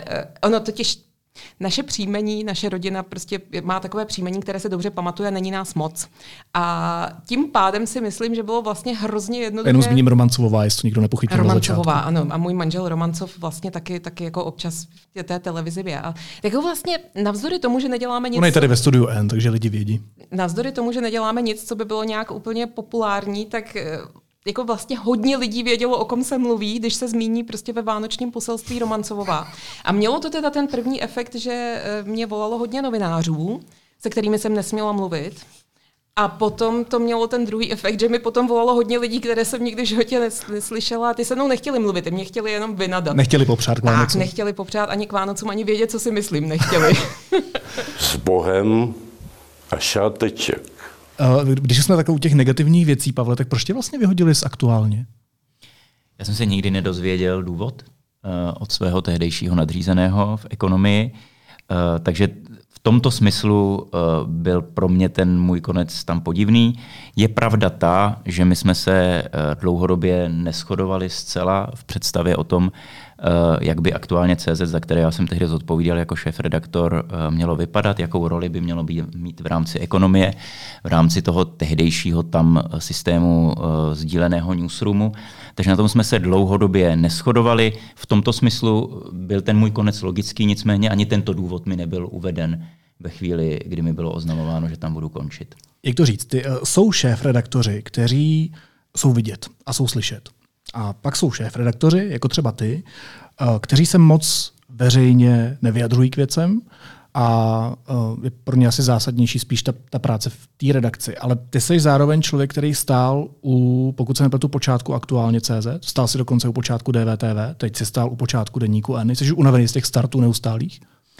naše příjmení, naše rodina prostě má takové příjmení, které se dobře pamatuje, není nás moc. A tím pádem si myslím, že bylo vlastně hrozně jednoduché. Jenom zmíním Romancovová, jestli to nikdo nepochytil na začátku. Romancová, ano. A můj manžel Romancov vlastně taky jako občas v té televizi je. A jako vlastně navzdory tomu, že neděláme nic... On je tady ve studiu N, takže lidi vědí. Navzdory tomu, že neděláme nic, co by bylo nějak úplně populární, tak... jako vlastně hodně lidí vědělo, o kom se mluví, když se zmíní prostě ve vánočním poselství Romancová. A mělo to teda ten první efekt, že mě volalo hodně novinářů, se kterými jsem nesměla mluvit. A potom to mělo ten druhý efekt, že mi potom volalo hodně lidí, které jsem nikdy v životě neslyšela a ty se mnou nechtěli mluvit, mě chtěli jenom vynadat. Nechtěli popřát k Vánocům. Tak, nechtěli popřát ani k Vánocům, ani vědět, co si myslím, nechtěli. S Bohem a šáteček. Když jsme takové u těch negativních věcí, Pavle, tak proč tě vlastně vyhodili z Aktuálně? Já jsem se nikdy nedozvěděl důvod od svého tehdejšího nadřízeného v ekonomii, takže v tomto smyslu byl pro mě ten můj konec tam podivný. Je pravda ta, že my jsme se dlouhodobě neshodovali zcela v představě o tom, jak by aktuálně CZ, za které já jsem tehdy zodpovídal jako šéfredaktor, mělo vypadat, jakou roli by mělo mít v rámci ekonomie, v rámci toho tehdejšího tam systému sdíleného newsroomu. Takže na tom jsme se dlouhodobě neshodovali. V tomto smyslu byl ten můj konec logický, nicméně ani tento důvod mi nebyl uveden ve chvíli, kdy mi bylo oznamováno, že tam budu končit. Jak to říct? Jsou šéfredaktoři, kteří jsou vidět a jsou slyšet. A pak jsou šéfredaktoři, jako třeba ty, kteří se moc veřejně nevyjadřují k věcem a je pro ně asi zásadnější spíš ta práce v té redakci. Ale ty jsi zároveň člověk, který stál pokud se nepletu, počátku aktuálně CZ, stál si dokonce u počátku DVTV, teď jsi stál u počátku Deníku N. Jsi unavený z těch startů neustálých?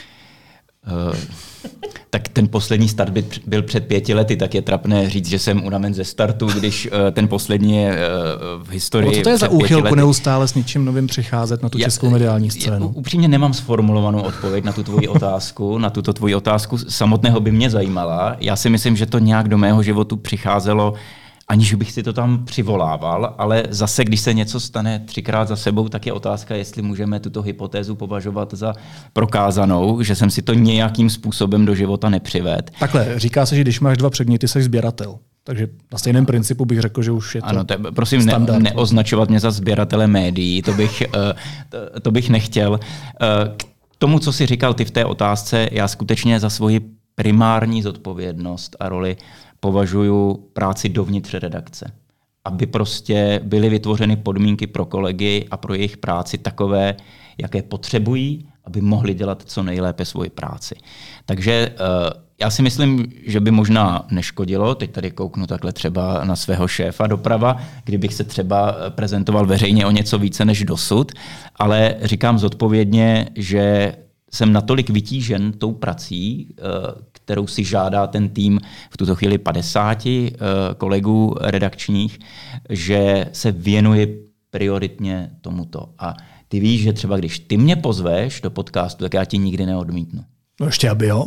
Tak ten poslední start byl před 5 lety, tak je trapné říct, že jsem unaven ze startu, když ten poslední je v historii. Co to je za úchylku neustále s něčím novým přicházet na tu českou mediální scénu? Upřímně nemám sformulovanou odpověď na tu tvoji otázku. Na tuto tvoji otázku samotného by mě zajímala. Já si myslím, že to nějak do mého životu přicházelo, aniž bych si to tam přivolával, ale zase, když se něco stane 3krát za sebou, tak je otázka, jestli můžeme tuto hypotézu považovat za prokázanou, že jsem si to nějakým způsobem do života nepřivedl. Takhle, říká se, že když máš 2 předměty, jsi sběratel. Takže na stejném principu bych řekl, že už je to ano, prosím, neoznačovat mě za sběratele médií, to bych nechtěl. K tomu, co jsi říkal ty v té otázce, já skutečně za svoji primární zodpovědnost a roli považuji práci dovnitř redakce. Aby prostě byly vytvořeny podmínky pro kolegy a pro jejich práci takové, jaké potřebují, aby mohli dělat co nejlépe svoji práci. Takže já si myslím, že by možná neškodilo, teď tady kouknu takhle třeba na svého šéfa doprava, kdybych se třeba prezentoval veřejně o něco více než dosud, ale říkám zodpovědně, že jsem natolik vytížen tou prací, kterou si žádá ten tým v tuto chvíli 50 kolegů redakčních, že se věnuji prioritně tomuto. A ty víš, že třeba když ty mě pozveš do podcastu, tak já ti nikdy neodmítnu. No ještě aby jo.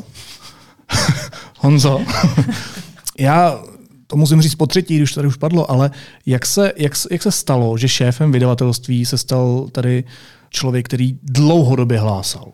Honzo, já to musím říct po třetí, když tady už padlo, ale jak se stalo, že šéfem vydavatelství se stal tady člověk, který dlouhodobě hlásal,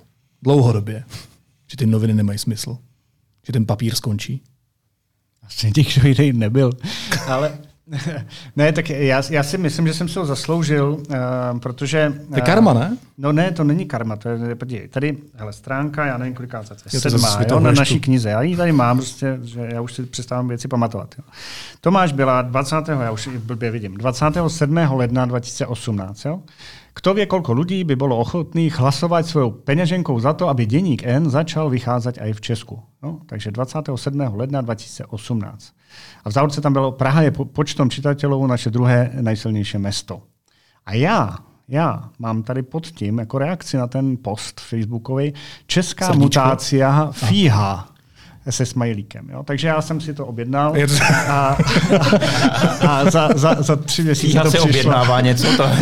že ty noviny nemají smysl, že ten papír skončí? Asi nikdo jiný nebyl, ale ne, tak já si myslím, že jsem se ho zasloužil, protože... To je karma, ne? No ne, to není karma, to je tady, hele, stránka, já nevím, koliká to je, 7, na naší knize, já ji tady mám, prostě, že já už si přestávám věci pamatovat. Jo. Tomáš byla 27. ledna 2018, jo? Kto vie, koľko ľudí by bolo ochotných hlasovať svojou peňaženkou za to, aby denník N začal vycházať aj v Česku. No, takže 27. ledna 2018. A v závodce tam bylo Praha je počtom čitateľov naše druhé najsilnejšie mesto. A já mám tady pod tím jako reakci na ten post facebookový česká srdíčko. Mutácia fíha se smajlíkem. Jo? Takže já jsem si to objednal a za 3 měsíce to přišlo. Objednává něco to.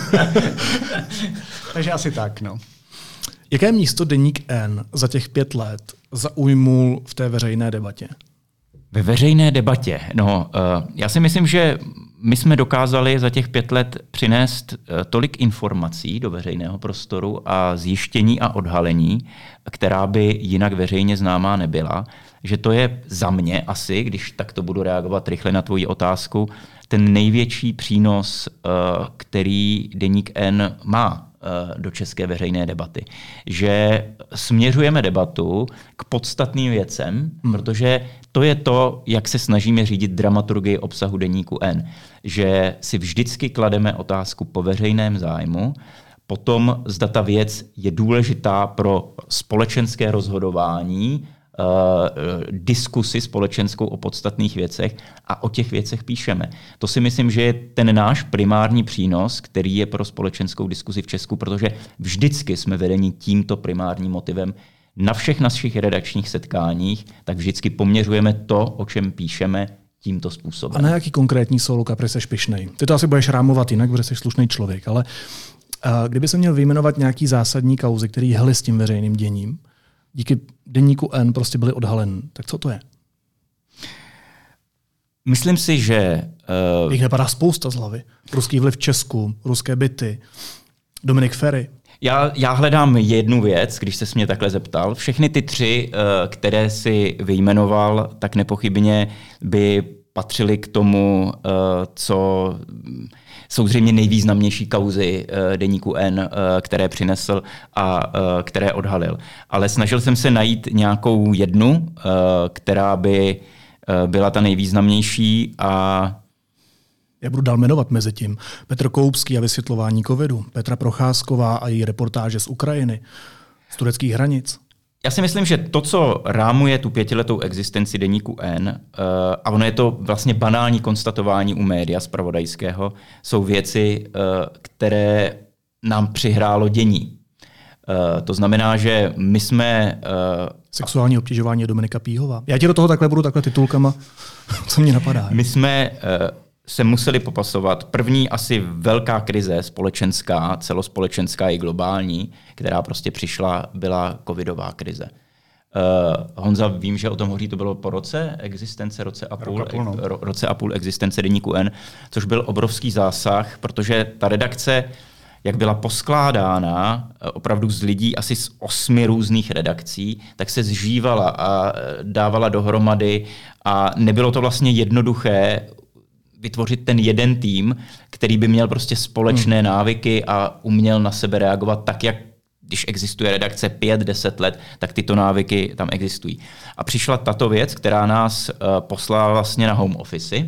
Takže asi tak. No. Jaké místo Deník N za těch 5 let zaujmul v té veřejné debatě? Ve veřejné debatě? No, já si myslím, že my jsme dokázali za těch 5 let přinést tolik informací do veřejného prostoru a zjištění a odhalení, která by jinak veřejně známá nebyla, že to je za mě asi, když takto budu reagovat rychle na tvoji otázku, ten největší přínos, který Deník N má do české veřejné debaty. Že směřujeme debatu k podstatným věcem, protože to je to, jak se snažíme řídit dramaturgii obsahu Deníku N. Že si vždycky klademe otázku po veřejném zájmu, potom zda ta věc je důležitá pro společenské rozhodování, diskusi společenskou o podstatných věcech a o těch věcech píšeme. To si myslím, že je ten náš primární přínos, který je pro společenskou diskusi v Česku, protože vždycky jsme vedeni tímto primárním motivem. Na všech našich redakčních setkáních tak vždycky poměřujeme to, o čem píšeme, tímto způsobem. A na jaký konkrétní solo Capri seš pyšnej? Ty to asi budeš rámovat jinak, protože jsi slušný člověk, ale kdyby se měl vyjmenovat nějaký zásadní kauzy, který hely s tím veřejným děním, díky deníku N prostě byly odhaleny, tak co to je? Myslím si, že... Jich napadá spousta z hlavy. Ruský vliv v Česku, ruské byty, Dominik Ferry. Já hledám jednu věc, když se mě takhle zeptal. Všechny ty 3, které si vyjmenoval, tak nepochybně by patřily k tomu, co jsou zřejmě nejvýznamnější kauzy deníku N, které přinesl a které odhalil. Ale snažil jsem se najít nějakou jednu, která by byla ta nejvýznamnější a... Já budu dál jmenovat mezi tím. Petr Koupský a vysvětlování covidu, Petra Procházková a její reportáže z Ukrajiny, z tureckých hranic. Já si myslím, že to, co rámuje tu 5letou existenci deníku N, a ono je to vlastně banální konstatování u média zpravodajského, jsou věci, které nám přihrálo dění. To znamená, že my jsme... Sexuální obtěžování Dominika Píhova. Já ti do toho takhle budu titulkama, co mě napadá. My jsme se museli popasovat. První asi velká krize společenská, celospolečenská i globální, která prostě přišla, byla covidová krize. Honza, vím, že o tom hovoří, to bylo po roce existence, roce a půl existence deníku N, což byl obrovský zásah, protože ta redakce, jak byla poskládána opravdu z lidí asi z 8 různých redakcí, tak se zžívala a dávala dohromady a nebylo to vlastně jednoduché vytvořit ten jeden tým, který by měl prostě společné návyky a uměl na sebe reagovat tak, jak když existuje redakce 5-10 let, tak tyto návyky tam existují. A přišla tato věc, která nás poslala vlastně na home office.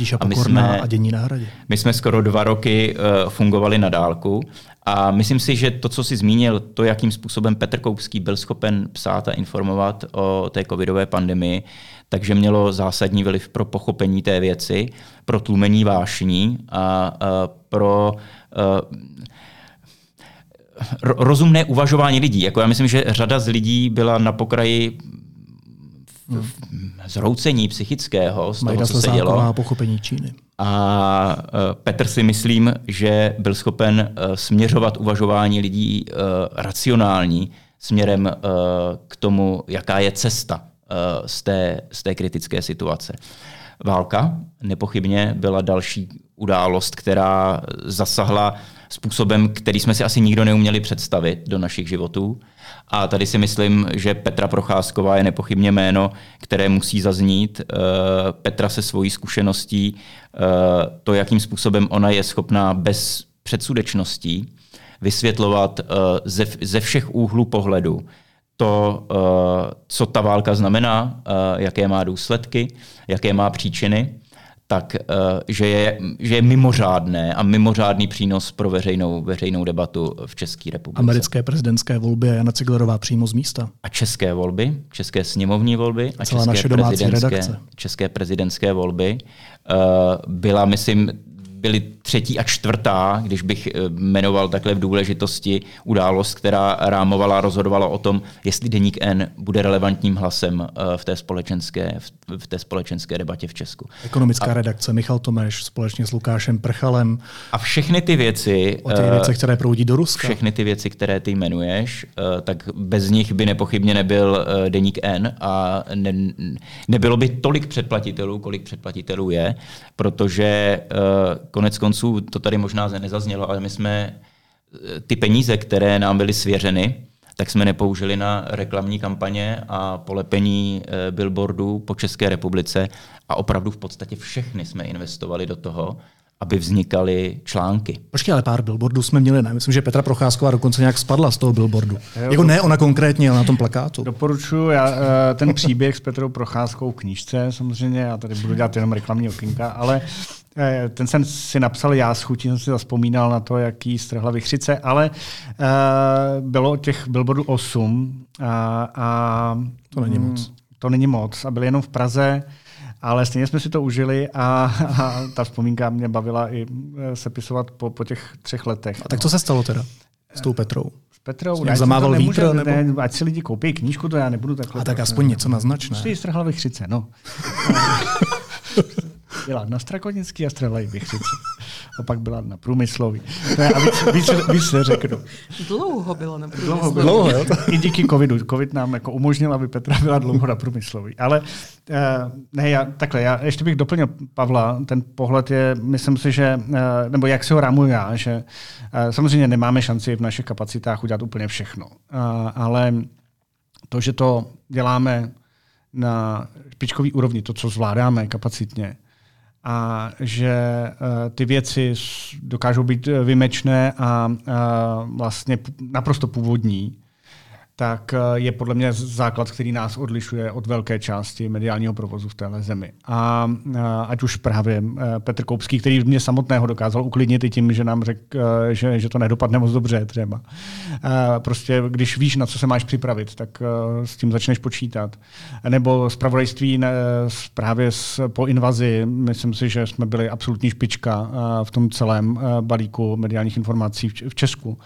A dění na hradě. My jsme skoro 2 roky fungovali na dálku a myslím si, že to, co jsi zmínil, to, jakým způsobem Petr Koupský byl schopen psát a informovat o té covidové pandemii, takže mělo zásadní vliv pro pochopení té věci, pro tlumení vášní a pro rozumné uvažování lidí. Jako já myslím, že řada z lidí byla na pokraji zhroucení psychického z toho, co se dělo. Pochopení Číny. A Petr si myslím, že byl schopen směřovat uvažování lidí racionální směrem k tomu, jaká je cesta z té kritické situace. Válka nepochybně byla další událost, která zasahla způsobem, který jsme si asi nikdo neuměli představit do našich životů. A tady si myslím, že Petra Procházková je nepochybně jméno, které musí zaznít. Petra se svojí zkušeností, to, jakým způsobem ona je schopná bez předsudečností vysvětlovat ze všech úhlů pohledu to, co ta válka znamená, jaké má důsledky, jaké má příčiny, tak že je mimořádné a mimořádný přínos pro veřejnou debatu v České republice. Americké prezidentské volby a Jana Ciglerová přímo z místa. A české volby, české sněmovní volby a české prezidentské volby byla, myslím, byly 3. a 4., když bych jmenoval takhle v důležitosti událost, která rámovala a rozhodovala o tom, jestli deník N bude relevantním hlasem v té společenské debatě v Česku. Ekonomická redakce Michal Tomeš společně s Lukášem Prchalem. A všechny ty věci, o těch věcech, které proudí do Ruska. Všechny ty věci, které ty jmenuješ, tak bez nich by nepochybně nebyl deník N a nebylo by tolik předplatitelů, kolik předplatitelů je, protože konec konců, to tady možná nezaznělo, ale my jsme ty peníze, které nám byly svěřeny, tak jsme nepoužili na reklamní kampaně a polepení billboardů po České republice a opravdu v podstatě všechny jsme investovali do toho, aby vznikaly články. Počkej, ale pár billboardů jsme měli, ne? Myslím, že Petra Procházková dokonce nějak spadla z toho billboardu. Jako ne ona konkrétně, ale na tom plakátu. Doporučuji ten příběh s Petrou Procházkou v knížce samozřejmě, já tady budu dělat jenom reklamní okénka, ale ten jsem si napsal já s chutí, jsem si zavzpomínal na to, jaký strhla vichřice, ale bylo těch billboardů 8 a to není moc. To není moc a byly jenom v Praze, ale stejně jsme si to užili a ta vzpomínka mě bavila i sepisovat po těch 3 letech. A tak co se stalo teda s tou Petrou? S Petrou? Zamával vítr? Ne, ať si lidi koupí knížku, to já nebudu takhle. A tak aspoň něco naznačné. Prostě jí strhla vichřice, no. Byla na Strakonický a Strelej Bychřice. A pak byla na Průmyslový. A víc se řeknu. Dlouho bylo na Průmyslový. Dlouho, jo? I díky covidu. Covid nám jako umožnil, aby Petra byla dlouho na Průmyslový. Ale já ještě bych doplnil Pavla. Ten pohled je, myslím si, že, nebo jak si ho rámuju já, že samozřejmě nemáme šanci v našich kapacitách udělat úplně všechno. Ale to, že to děláme na špičkový úrovni, to, co zvládáme kapacitně, a že ty věci dokážou být výjimečné a vlastně naprosto původní, tak je podle mě základ, který nás odlišuje od velké části mediálního provozu v téhle zemi. A ať už právě Petr Koupský, který mě samotného dokázal uklidnit i tím, že nám řekl, že to nedopadne moc dobře třeba. Prostě když víš, na co se máš připravit, tak s tím začneš počítat. Nebo zpravodajství právě po invazi, myslím si, že jsme byli absolutní špička v tom celém balíku mediálních informací v Česku.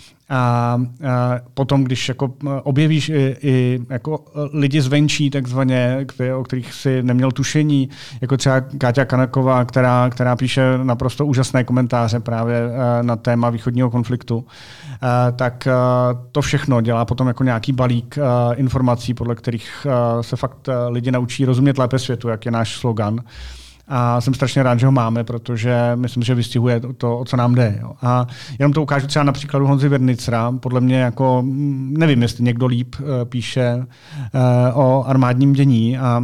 A potom, když jako objevíš i jako lidi zvenčí, takzvaně, o kterých si neměl tušení, jako třeba Káťa Kanaková, která píše naprosto úžasné komentáře právě na téma východního konfliktu, tak to všechno dělá potom jako nějaký balík informací, podle kterých se fakt lidi naučí rozumět lépe světu, jak je náš slogan. A jsem strašně rád, že ho máme, protože myslím, že vystihuje to, o co nám jde. Jo. A jenom to ukážu třeba na příkladu Honzy Wernitzera. Podle mě jako, nevím, jestli někdo líp píše o armádním dění a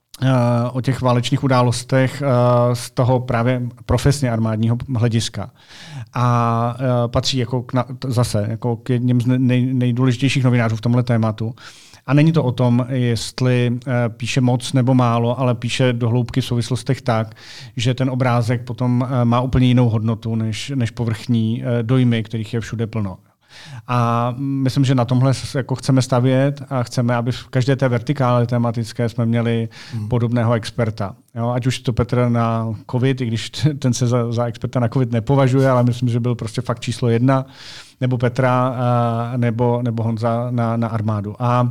o těch válečných událostech z toho právě profesně armádního hlediska. A patří jako zase jako k jedním z nejdůležitějších novinářů v tomhle tématu. A není to o tom, jestli píše moc nebo málo, ale píše do hloubky v souvislostech tak, že ten obrázek potom má úplně jinou hodnotu než povrchní dojmy, kterých je všude plno. A myslím, že na tomhle jako chceme stavět a chceme, aby v každé té vertikále tematické jsme měli podobného experta. Jo, ať už to Petr na COVID, i když ten se za experta na COVID nepovažuje, ale myslím, že byl prostě fakt číslo 1, nebo Petra, nebo Honza na armádu. A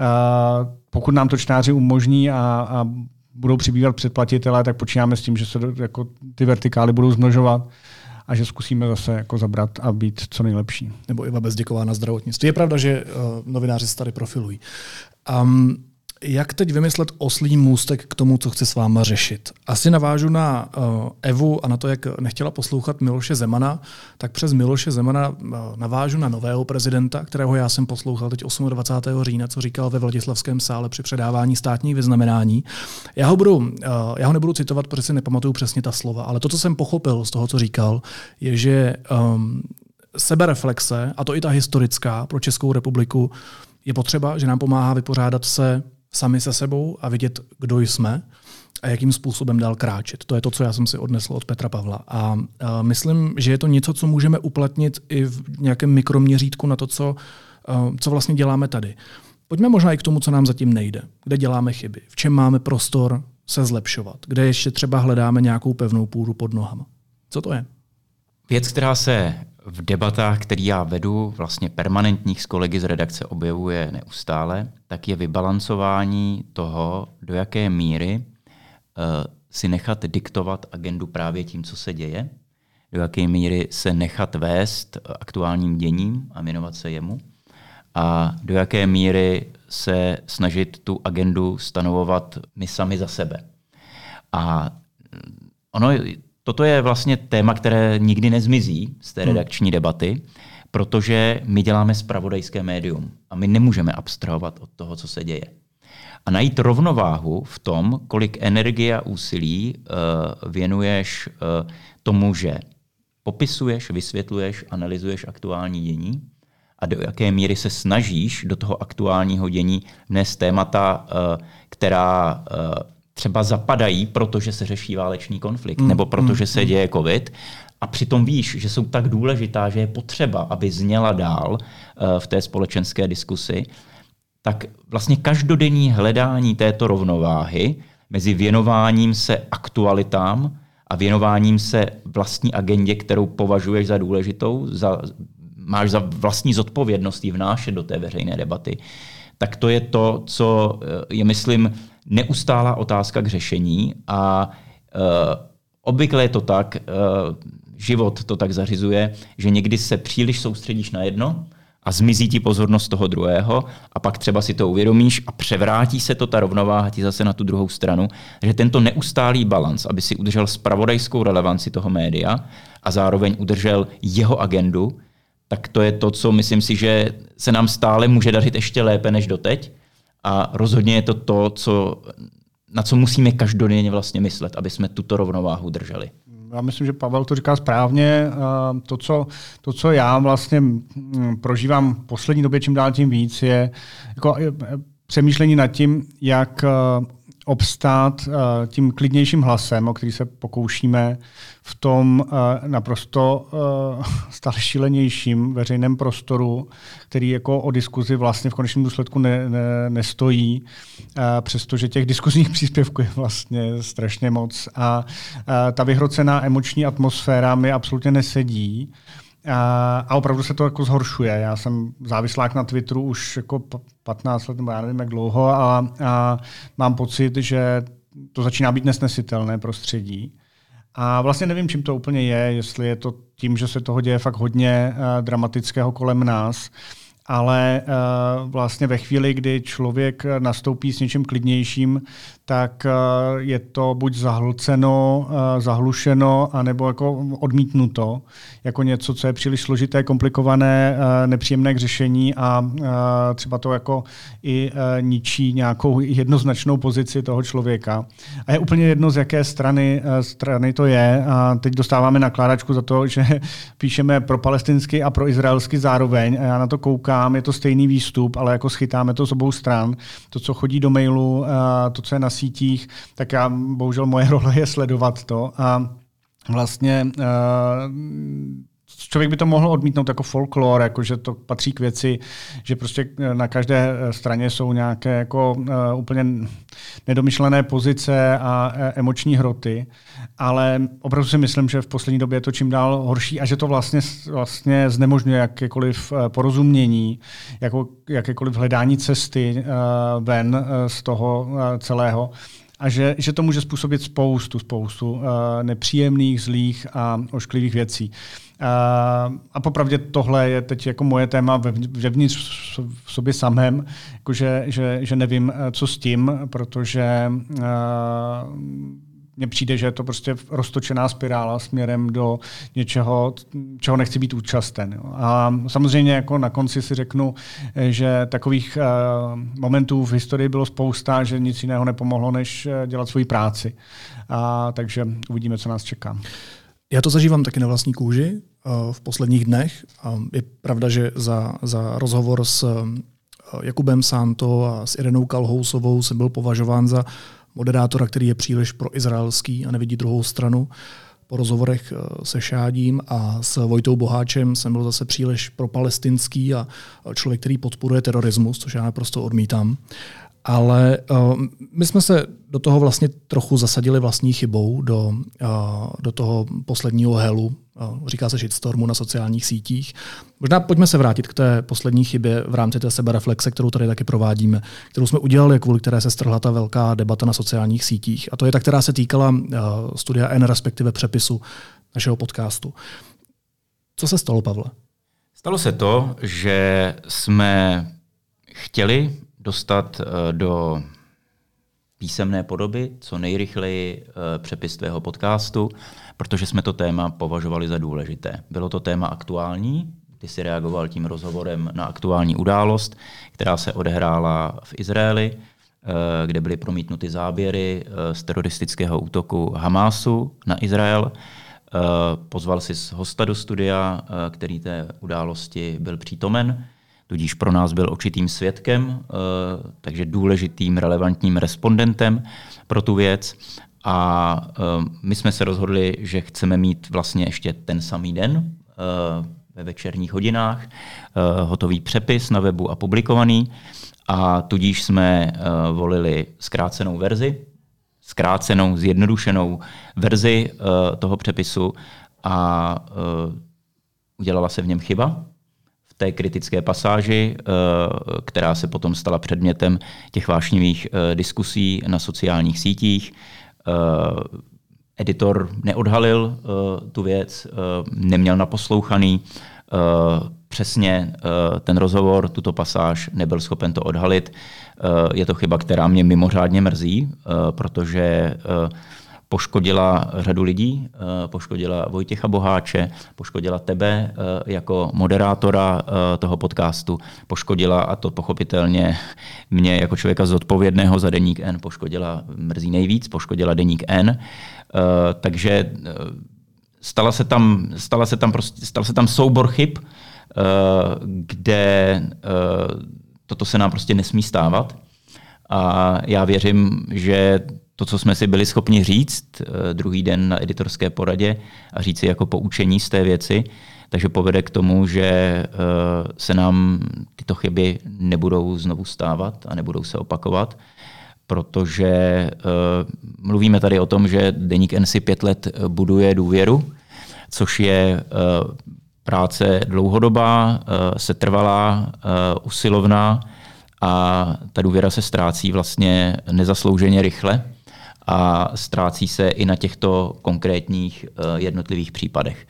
pokud nám to čtenáři umožní a budou přibývat předplatitelé, tak počítáme s tím, že se jako ty vertikály budou zmnožovat a že zkusíme zase jako zabrat a být co nejlepší. Nebo Iva Bezděková na zdravotnictví. Je pravda, že novináři se tady profilují. Jak teď vymyslet oslí můstek k tomu, co chci s váma řešit? Asi navážu na Evu a na to, jak nechtěla poslouchat Miloše Zemana, tak přes Miloše Zemana navážu na nového prezidenta, kterého já jsem poslouchal teď 28. října, co říkal ve Vladislavském sále při předávání státních vyznamenání. Já ho nebudu citovat, protože si nepamatuju přesně ta slova, ale to, co jsem pochopil z toho, co říkal, je, že sebereflexe, a to i ta historická pro Českou republiku, je potřeba, že nám pomáhá vypořádat se sami se sebou a vidět, kdo jsme a jakým způsobem dál kráčet. To je to, co já jsem si odnesl od Petra Pavla. A myslím, že je to něco, co můžeme uplatnit i v nějakém mikroměřítku na to, co vlastně děláme tady. Pojďme možná i k tomu, co nám zatím nejde. Kde děláme chyby, v čem máme prostor se zlepšovat, kde ještě třeba hledáme nějakou pevnou půdu pod nohama. Co to je? Věc, která se v debatách, který já vedu, vlastně permanentních s kolegy z redakce objevuje neustále, tak je vybalancování toho, do jaké míry si nechat diktovat agendu právě tím, co se děje, do jaké míry se nechat vést aktuálním děním a věnovat se jemu a do jaké míry se snažit tu agendu stanovovat my sami za sebe. A toto je vlastně téma, které nikdy nezmizí z té redakční debaty, protože my děláme zpravodajské médium a my nemůžeme abstrahovat od toho, co se děje. A najít rovnováhu v tom, kolik energie a úsilí věnuješ tomu, že popisuješ, vysvětluješ, analyzuješ aktuální dění a do jaké míry se snažíš do toho aktuálního dění vnést témata, která třeba zapadají, protože se řeší válečný konflikt nebo protože se děje COVID a přitom víš, že jsou tak důležitá, že je potřeba, aby zněla dál v té společenské diskusi, tak vlastně každodenní hledání této rovnováhy mezi věnováním se aktualitám a věnováním se vlastní agendě, kterou považuješ za důležitou, máš za vlastní zodpovědnost ji vnášet do té veřejné debaty, tak to je to, co je, myslím, neustálá otázka k řešení a Obvykle je to tak, život to tak zařizuje, že někdy se příliš soustředíš na jedno a zmizí ti pozornost toho druhého a pak třeba si to uvědomíš a převrátí se to, ta rovnováha ti zase na tu druhou stranu, že tento neustálý balans, aby si udržel zpravodajskou relevanci toho média a zároveň udržel jeho agendu, tak to je to, co myslím si, že se nám stále může dařit ještě lépe než doteď a rozhodně je to, na co musíme každodenně vlastně myslet, aby jsme tuto rovnováhu drželi. Já myslím, že Pavel to říká správně. To, co já vlastně prožívám v poslední době čím dál tím víc, je jako přemýšlení nad tím, jak obstát tím klidnějším hlasem, o který se pokoušíme v tom naprosto stále šílenějším veřejném prostoru, který jako o diskuzi vlastně v konečném důsledku nestojí, přestože těch diskuzních příspěvků je vlastně strašně moc. A ta vyhrocená emoční atmosféra mi absolutně nesedí. A opravdu se to jako zhoršuje. Já jsem závislák na Twitteru už jako 15 let, nebo já nevím jak dlouho, a mám pocit, že to začíná být nesnesitelné prostředí. A vlastně nevím, čím to úplně je, jestli je to tím, že se toho děje fakt hodně dramatického kolem nás, ale vlastně ve chvíli, kdy člověk nastoupí s něčím klidnějším, tak je to buď zahlceno, zahlušeno, anebo jako odmítnuto, jako něco, co je příliš složité, komplikované, nepříjemné k řešení a třeba to jako i ničí nějakou jednoznačnou pozici toho člověka. A je úplně jedno, z jaké strany to je. A teď dostáváme nakládačku za to, že píšeme pro palestinsky a pro izraelsky zároveň a já na to koukám, je to stejný výstup, ale jako schytáme to z obou stran. To, co chodí do mailu, to, co je na sítích, tak já bohužel moje role je sledovat to a vlastně člověk by to mohl odmítnout jako folklor, jako že to patří k věci, že prostě na každé straně jsou nějaké jako úplně nedomyšlené pozice a emoční hroty, ale opravdu si myslím, že v poslední době je to čím dál horší a že to vlastně znemožňuje jakékoliv porozumění, jakékoliv hledání cesty ven z toho celého. A že to může způsobit spoustu nepříjemných, zlých a ošklivých věcí. A popravdě tohle je teď jako moje téma vevnitř v sobě samém, jako že nevím, co s tím, protože mně přijde, že je to prostě roztočená spirála směrem do něčeho, čeho nechci být účasten. A samozřejmě jako na konci si řeknu, že takových momentů v historii bylo spousta, že nic jiného nepomohlo, než dělat svoji práci. Takže uvidíme, co nás čeká. Já to zažívám taky na vlastní kůži v posledních dnech. Je pravda, že za rozhovor s Jakubem Santo a s Irenou Kalhousovou jsem byl považován za moderátora, který je příliš proizraelský a nevidí druhou stranu. Po rozhovorech se Šádím a s Vojtou Boháčem jsem byl zase příliš propalestinský a člověk, který podporuje terorismus, což já naprosto odmítám. Ale my jsme se do toho vlastně trochu zasadili vlastní chybou, do toho posledního helu, říká se shitstormu na sociálních sítích. Možná pojďme se vrátit k té poslední chybě v rámci té sebereflexe, kterou tady taky provádíme, kterou jsme udělali, kvůli které se strhla ta velká debata na sociálních sítích. A to je ta, která se týkala studia N, respektive přepisu našeho podcastu. Co se stalo, Pavle? Stalo se to, že jsme chtěli dostat do písemné podoby co nejrychleji přepis tvého podcastu, protože jsme to téma považovali za důležité. Bylo to téma aktuální, ty jsi reagoval tím rozhovorem na aktuální událost, která se odehrála v Izraeli, kde byly promítnuty záběry z teroristického útoku Hamásu na Izrael. Pozval jsi hosta do studia, který té události byl přítomen, tudíž pro nás byl očitým svědkem, takže důležitým, relevantním respondentem pro tu věc. A my jsme se rozhodli, že chceme mít vlastně ještě ten samý den ve večerních hodinách hotový přepis na webu a publikovaný. A tudíž jsme volili zkrácenou verzi, zkrácenou, zjednodušenou verzi toho přepisu a udělala se v něm chyba. Té kritické pasáži, která se potom stala předmětem těch vášnivých diskusí na sociálních sítích. editor neodhalil tu věc, neměl naposlouchaný přesně ten rozhovor, tuto pasáž, nebyl schopen to odhalit. Je to chyba, která mě mimořádně mrzí, protože poškodila řadu lidí, poškodila Vojtěcha Boháče, poškodila tebe jako moderátora toho podcastu, poškodila, a to pochopitelně mě jako člověka zodpovědného za Deník N, mrzí nejvíc, poškodila Deník N. Takže stal se tam soubor chyb, kde toto se nám prostě nesmí stávat. A já věřím, že to, co jsme si byli schopni říct druhý den na editorské poradě a říct si jako poučení z té věci, takže povede k tomu, že se nám tyto chyby nebudou znovu stávat a nebudou se opakovat, protože mluvíme tady o tom, že Deník N si 5 let buduje důvěru, což je práce dlouhodobá, setrvalá, usilovná, a ta důvěra se ztrácí vlastně nezaslouženě rychle a ztrácí se i na těchto konkrétních jednotlivých případech.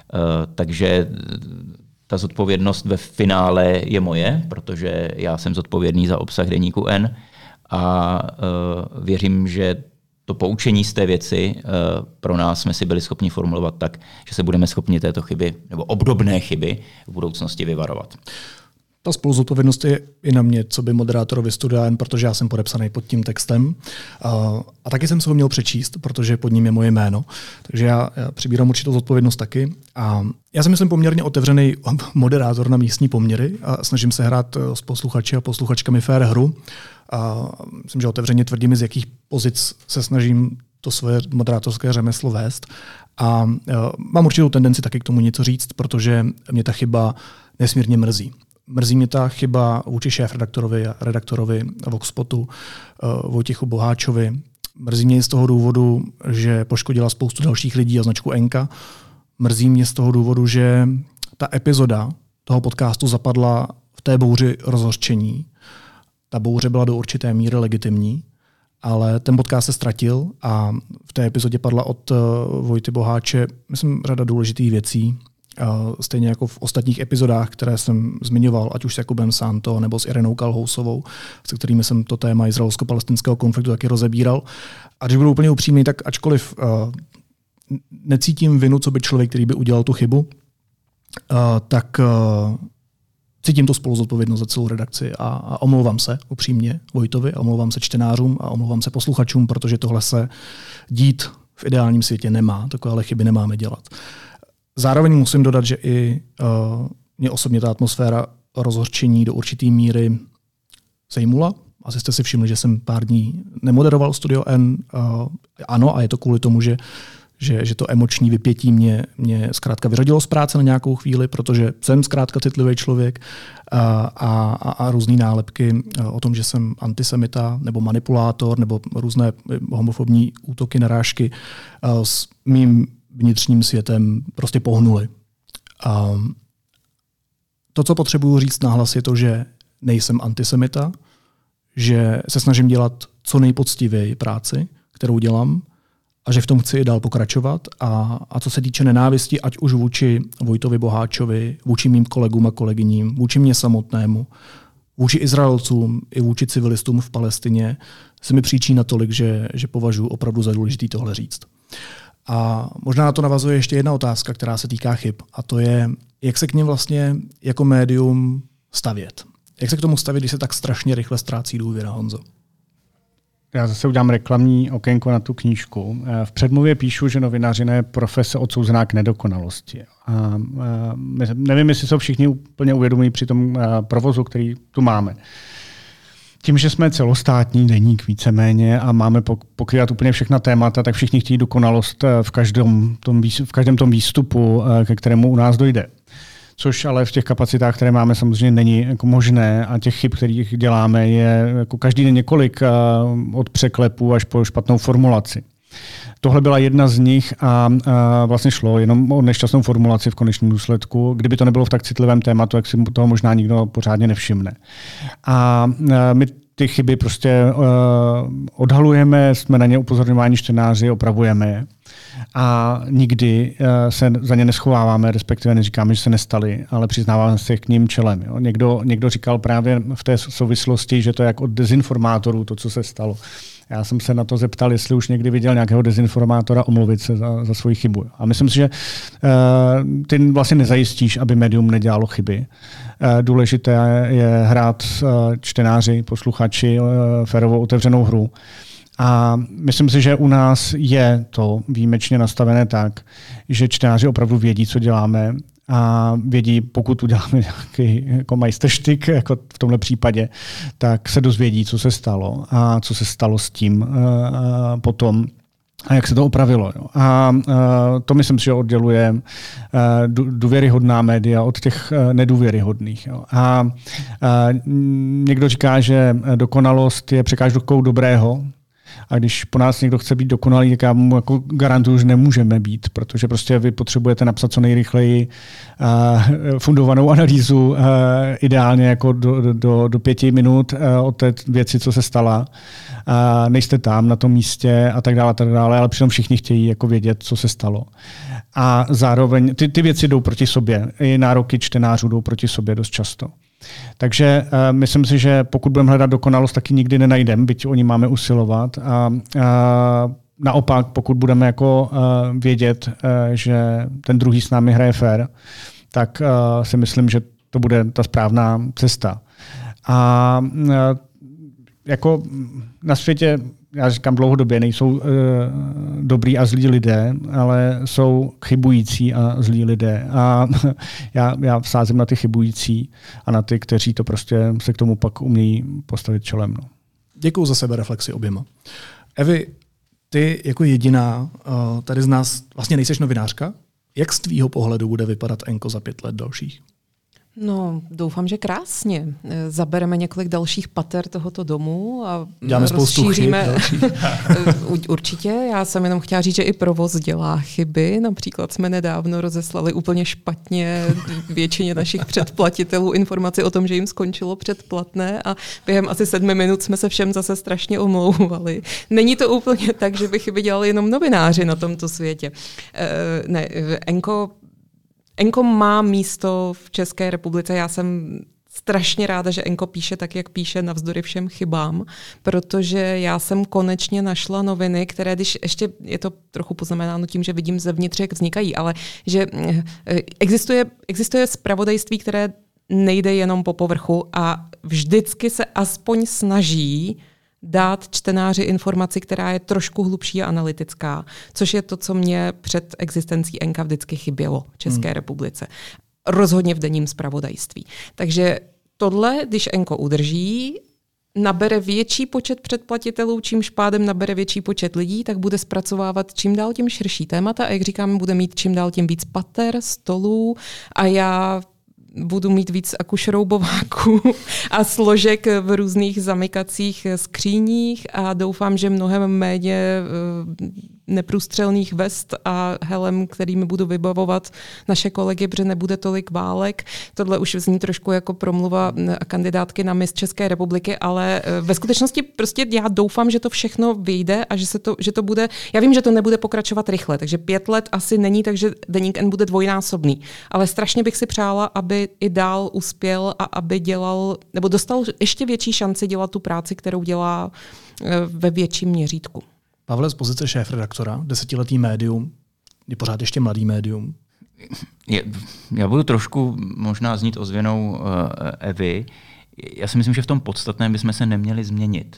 Takže ta zodpovědnost ve finále je moje, protože já jsem zodpovědný za obsah Deníku N a věřím, že to poučení z té věci pro nás jsme si byli schopni formulovat tak, že se budeme schopni této chyby nebo obdobné chyby v budoucnosti vyvarovat. Ta spoluzodpovědnost je i na mě, co by moderátorovi Studia N, protože já jsem podepsaný pod tím textem. A taky jsem se ho měl přečíst, protože pod ním je moje jméno. Takže já přibírám určitou zodpovědnost taky. A já si myslím poměrně otevřený moderátor na místní poměry a snažím se hrát s posluchači a posluchačkami fair hru. A myslím, že otevřeně tvrdím, z jakých pozic se snažím to svoje moderátorské řemeslo vést. A mám určitou tendenci taky k tomu něco říct, protože mě ta chyba nesmírně mrzí. Mrzí mě ta chyba vůči šéfredaktorovi a redaktorovi Voxpotu, Vojtěchu Boháčovi. Mrzí mě z toho důvodu, že poškodila spoustu dalších lidí a značku Enka. Mrzí mě z toho důvodu, že ta epizoda toho podcastu zapadla v té bouři rozhořčení. Ta bouře byla do určité míry legitimní, ale ten podcast se ztratil a v té epizodě padla od Vojty Boháče, myslím, řada důležitých věcí. Stejně jako v ostatních epizodách, které jsem zmiňoval, ať už s Jakubem Santo nebo s Irenou Kalhousovou, se kterými jsem to téma izraelsko-palestinského konfliktu taky rozebíral. A když budu úplně upřímný, tak ačkoliv necítím vinu, co by člověk, který by udělal tu chybu, tak cítím to spoluzodpovědnost za celou redakci a omlouvám se upřímně Vojtovi, omlouvám se čtenářům a omlouvám se posluchačům, protože tohle se dít v ideálním světě nemá, takovéhle chyby nemáme dělat. Zároveň musím dodat, že i mě osobně ta atmosféra rozhořčení do určitý míry sejmula. Asi jste si všimli, že jsem pár dní nemoderoval Studio N. Ano, a je to kvůli tomu, že to emoční vypětí mě zkrátka vyřadilo z práce na nějakou chvíli, protože jsem zkrátka citlivý člověk a různý nálepky o tom, že jsem antisemita nebo manipulátor nebo různé homofobní útoky, narážky s mým vnitřním světem prostě pohnuli. To, co potřebuju říct nahlas, je to, že nejsem antisemita, že se snažím dělat co nejpoctivěji práci, kterou dělám, a že v tom chci i dál pokračovat. A co se týče nenávisti, ať už vůči Vojtovi Boháčovi, vůči mým kolegům a kolegyním, vůči mě samotnému, vůči Izraelcům i vůči civilistům v Palestině, se mi příčí natolik, že považuji opravdu za důležitý tohle říct. A možná na to navazuje ještě jedna otázka, která se týká chyb. A to je, jak se k nim vlastně jako médium stavět. Jak se k tomu stavět, když se tak strašně rychle ztrácí důvěra, Honzo? Já zase udělám reklamní okénko na tu knížku. V předmluvě píšu, že novinařina je profese odsouzená k nedokonalosti. A nevím, jestli se všichni úplně uvědomují při tom provozu, který tu máme. Tím, že jsme celostátní deník víceméně a máme pokrývat úplně všechna témata, tak všichni chtějí dokonalost v každém tom výstupu, ke kterému u nás dojde. Což ale v těch kapacitách, které máme, samozřejmě není jako možné a těch chyb, kterých děláme, je jako každý den několik od překlepů až po špatnou formulaci. Tohle byla jedna z nich a vlastně šlo jenom o nešťastnou formulaci v konečném důsledku. Kdyby to nebylo v tak citlivém tématu, jak si toho možná nikdo pořádně nevšimne. A my ty chyby prostě odhalujeme, jsme na ně upozorňováni čtenáři, opravujeme je. a nikdy se za ně neschováváme, respektive neříkáme, že se nestaly, ale přiznáváme se k ním čelem. Jo. Někdo říkal právě v té souvislosti, že to je jak od dezinformátorů, to, co se stalo. Já jsem se na to zeptal, jestli už někdy viděl nějakého dezinformátora omluvit se za svoji chybu. A myslím si, že ty vlastně nezajistíš, aby médium nedělalo chyby. Důležité je hrát čtenáři, posluchači férovou otevřenou hru. A myslím si, že u nás je to výjimečně nastavené tak, že čtenáři opravdu vědí, co děláme a vědí, pokud uděláme nějaký jako majsterštyk, jako v tomhle případě, tak se dozvědí, co se stalo a co se stalo s tím potom a jak se to opravilo. Jo. A to myslím si, že odděluje důvěryhodná média od těch nedůvěryhodných. Jo. A někdo říká, že dokonalost je překážkou dobrého, a když po nás někdo chce být dokonalý, tak já mu jako garantuju, že nemůžeme být, protože prostě vy potřebujete napsat co nejrychleji fundovanou analýzu, ideálně jako do 5 minut od té věci, co se stala. Nejste tam na tom místě a tak dále, ale přitom všichni chtějí jako vědět, co se stalo. A zároveň ty věci jdou proti sobě. I nároky čtenářů jdou proti sobě dost často. Takže myslím si, že pokud budeme hledat dokonalost, taky nikdy nenajdeme, byť o ní máme usilovat. A naopak, pokud budeme jako vědět, že ten druhý s námi hraje fair, tak si myslím, že to bude ta správná cesta. A jako na světě, já říkám dlouhodobě, nejsou dobrý a zlí lidé, ale jsou chybující a zlí lidé. A já vsázím na ty chybující a na ty, kteří to prostě se k tomu pak umějí postavit čelem. No. Děkuju za sebereflexi oběma. Evi, ty jako jediná tady z nás vlastně nejseš novinářka. Jak z tvýho pohledu bude vypadat Enko za 5 let dalších? No, doufám, že krásně. Zabereme několik dalších pater tohoto domu a děláme rozšíříme. Určitě. Já jsem jenom chtěla říct, že i provoz dělá chyby. Například jsme nedávno rozeslali úplně špatně většině našich předplatitelů informaci o tom, že jim skončilo předplatné a během asi 7 minut jsme se všem zase strašně omlouvali. Není to úplně tak, že by chyby dělali jenom novináři na tomto světě. Ne, Enko má místo v České republice. Já jsem strašně ráda, že Enko píše tak, jak píše, navzdory všem chybám, protože já jsem konečně našla noviny, které, když ještě je to trochu poznamenáno tím, že vidím zevnitř, jak vznikají, ale že existuje zpravodajství, které nejde jenom po povrchu a vždycky se aspoň snaží dát čtenáři informaci, která je trošku hlubší a analytická, což je to, co mě před existencí Enka vždycky chybělo v České republice. Rozhodně v denním zpravodajství. Takže tohle, když Enko udrží, nabere větší počet předplatitelů, čímž pádem nabere větší počet lidí, tak bude zpracovávat čím dál tím širší témata a jak říkám, bude mít čím dál tím víc pater, stolů a já budu mít víc akušroubováků a složek v různých zamykacích skříních a doufám, že mnohem méně neprůstřelných vest a helem, kterými budu vybavovat naše kolegy, protože nebude tolik válek. Tohle už zní trošku jako promluva kandidátky na Miss České republiky, ale ve skutečnosti prostě já doufám, že to všechno vyjde a že to bude, já vím, že to nebude pokračovat rychle, takže 5 let asi není, takže Deník N bude dvojnásobný, ale strašně bych si přála, aby i dál uspěl a aby dělal, nebo dostal ještě větší šanci dělat tu práci, kterou dělá ve větším měřítku. Pavle, z pozice šéfredaktora, 10letý médium, je pořád ještě mladý médium. Já budu trošku možná znít ozvěnou Evy. Já si myslím, že v tom podstatném bychom se neměli změnit.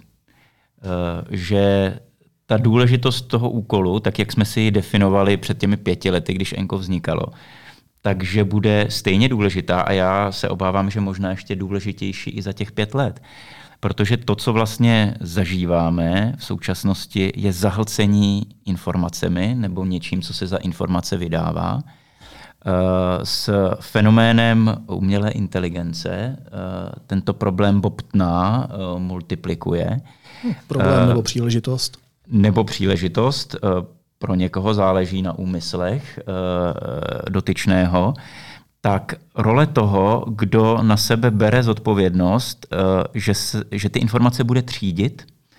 Že ta důležitost toho úkolu, tak jak jsme si ji definovali před těmi 5 lety, když Enko vznikalo, takže bude stejně důležitá a já se obávám, že možná ještě důležitější i za těch 5 let. Protože to, co vlastně zažíváme v současnosti, je zahlcení informacemi nebo něčím, co se za informace vydává. S fenoménem umělé inteligence tento problém bobtná, multiplikuje. Problém nebo příležitost? Nebo příležitost. Pro někoho záleží na úmyslech dotyčného. Tak role toho, kdo na sebe bere zodpovědnost, že ty informace bude třídit,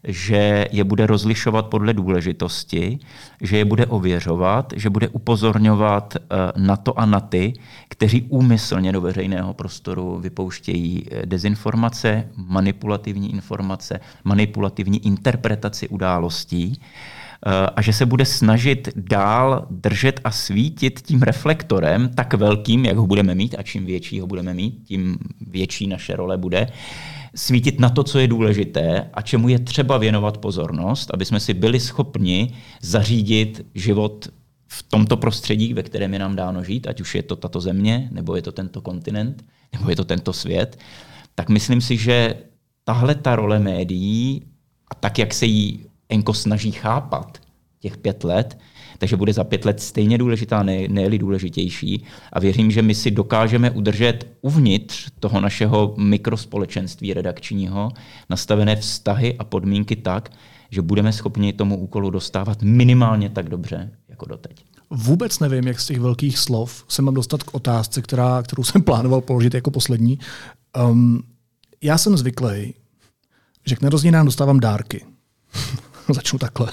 že je bude rozlišovat podle důležitosti, že je bude ověřovat, že bude upozorňovat na to a na ty, kteří úmyslně do veřejného prostoru vypouštějí dezinformace, manipulativní informace, manipulativní interpretaci událostí, a že se bude snažit dál držet a svítit tím reflektorem tak velkým, jak ho budeme mít, a čím větší ho budeme mít, tím větší naše role bude, svítit na to, co je důležité a čemu je třeba věnovat pozornost, aby jsme si byli schopni zařídit život v tomto prostředí, ve kterém je nám dáno žít, ať už je to tato země, nebo je to tento kontinent, nebo je to tento svět, tak myslím si, že tahle ta role médií a tak, jak se jí Enko snaží chápat těch 5 let, takže bude za 5 let stejně důležitá, ne-li důležitější. A věřím, že my si dokážeme udržet uvnitř toho našeho mikrospolečenství redakčního nastavené vztahy a podmínky tak, že budeme schopni tomu úkolu dostávat minimálně tak dobře, jako doteď. Vůbec nevím, jak z těch velkých slov se mám dostat k otázce, kterou jsem plánoval položit jako poslední. Já jsem zvyklý, že k narozeninám dostávám dárky. Začnu takhle.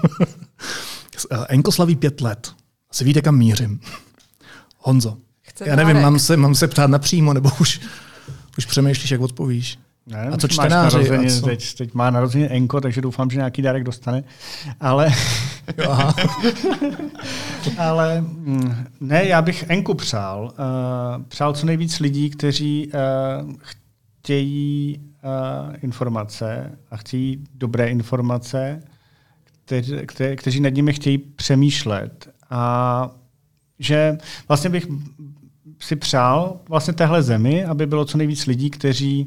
Enko slaví 5 let. Asi víte, kam mířím. Honzo, já nevím, mám se ptát napřímo, nebo už přemýšlíš, jak odpovíš? Ne, a co čtenáři? Teď má narozeniny Enko, takže doufám, že nějaký dárek dostane. Ale ale ne, já bych Enku přál co nejvíc lidí, kteří chtějí informace a chtějí dobré informace, kteří nad nimi chtějí přemýšlet. A že vlastně bych si přál vlastně téhle zemi, aby bylo co nejvíc lidí, kteří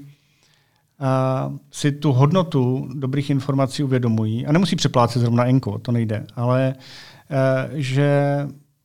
si tu hodnotu dobrých informací uvědomují. A nemusí přeplácet zrovna Enko, to nejde, ale že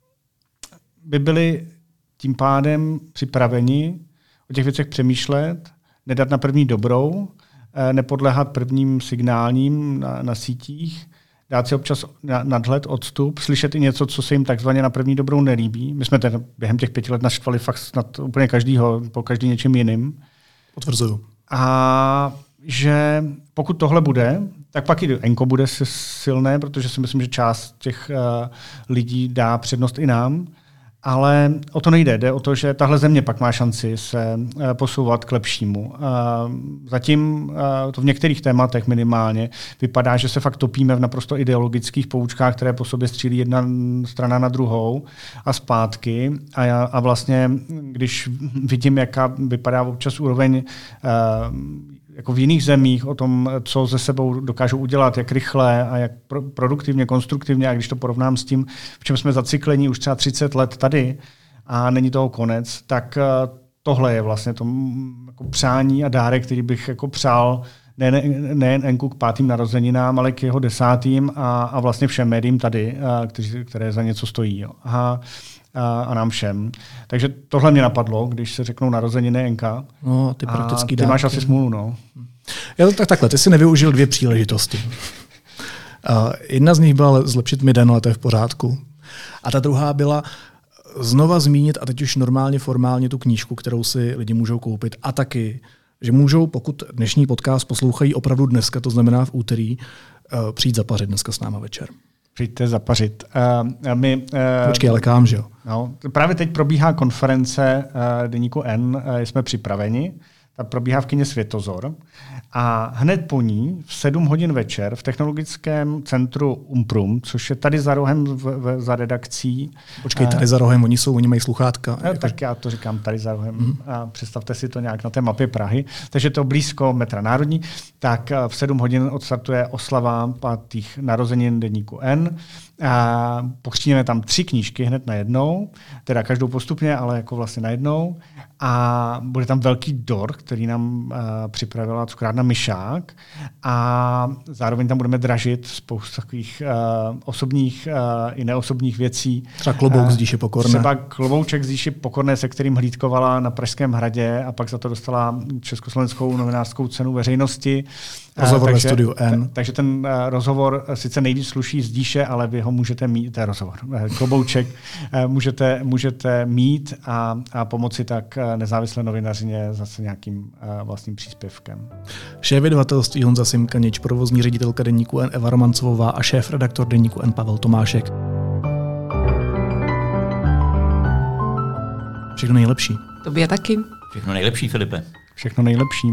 by byli tím pádem připraveni o těch věcech přemýšlet, nedat na první dobrou, nepodléhat prvním signálním na sítích, dát si občas nadhled, odstup, slyšet i něco, co se jim takzvaně na první dobrou nelíbí. My jsme během těch 5 let naštvali fakt snad úplně každýho, po každý něčím jiným. Potvrzuju. A že pokud tohle bude, tak pak i Enko bude silné, protože si myslím, že část těch lidí dá přednost i nám. Ale o to nejde. Jde o to, že tahle země pak má šanci se posouvat k lepšímu. Zatím to v některých tématech minimálně vypadá, že se fakt topíme v naprosto ideologických poučkách, které po sobě střílí jedna strana na druhou a zpátky. A vlastně, když vidím, jaká vypadá občas úroveň jako v jiných zemích o tom, co ze sebou dokážou udělat, jak rychle a jak produktivně, konstruktivně, a když to porovnám s tím, v čem jsme zacykleni už třeba 30 let tady a není toho konec, tak tohle je vlastně to jako přání a dárek, který bych jako přál nejen Enku k 5. narozeninám, ale k jeho 10. a vlastně všem médiím tady, které za něco stojí. Jo. A nám všem. Takže tohle mě napadlo, když se řeknou narozeniny Enka. No, ty praktický dárky. Ty máš asi smůlu, no. Takhle, ty jsi nevyužil 2 příležitosti. Jedna z nich byla zlepšit mi den, ale to je v pořádku. A ta druhá byla znova zmínit, a teď už normálně formálně, tu knížku, kterou si lidi můžou koupit. A taky, že můžou, pokud dnešní podcast poslouchají opravdu dneska, to znamená v úterý, přijít zapařit dneska s náma večer. Přijďte zapařit. Počkej, ale kam, že jo? No, právě teď probíhá konference Deníku N, jsme připraveni. Ta probíhá v kině Světozor. A hned po ní v 7 hodin večer v technologickém centru Umprum, což je tady za rohem za redakcí. Počkej, tady za rohem, oni mají sluchátka. Tak já to říkám tady za rohem. A představte si to nějak na té mapě Prahy. Takže to blízko metra Národní. Tak v 7 hodin odstartuje oslava 5. narozenin Deníku N. Pokřtíme tam 3 knížky hned najednou, teda každou postupně, ale jako vlastně najednou. A bude tam velký dort, který nám připravila cukrárna Myšák. A zároveň tam budeme dražit spoustu takových osobních i neosobních věcí. Třeba klobouk z Díše Pokorné. Třeba klobouček z Díše Pokorné, se kterým hlídkovala na Pražském hradě a pak za to dostala Československou novinářskou cenu veřejnosti. Rozhovor ve Studiu N. Takže ten rozhovor sice nejvíc sluší z Díše, ale vy ho můžete mít, to je rozhovor, klobouček, můžete mít a pomoci tak nezávislé novinařině zase vlastním příspěvkem. Šéf vydavatelství Honza Simkanič, provozní ředitelka deníku N Eva Romancová a šéf-redaktor deníku N Pavel Tomášek. Všechno nejlepší. Tobě taky. Všechno nejlepší, Filipe. Všechno nejlepší.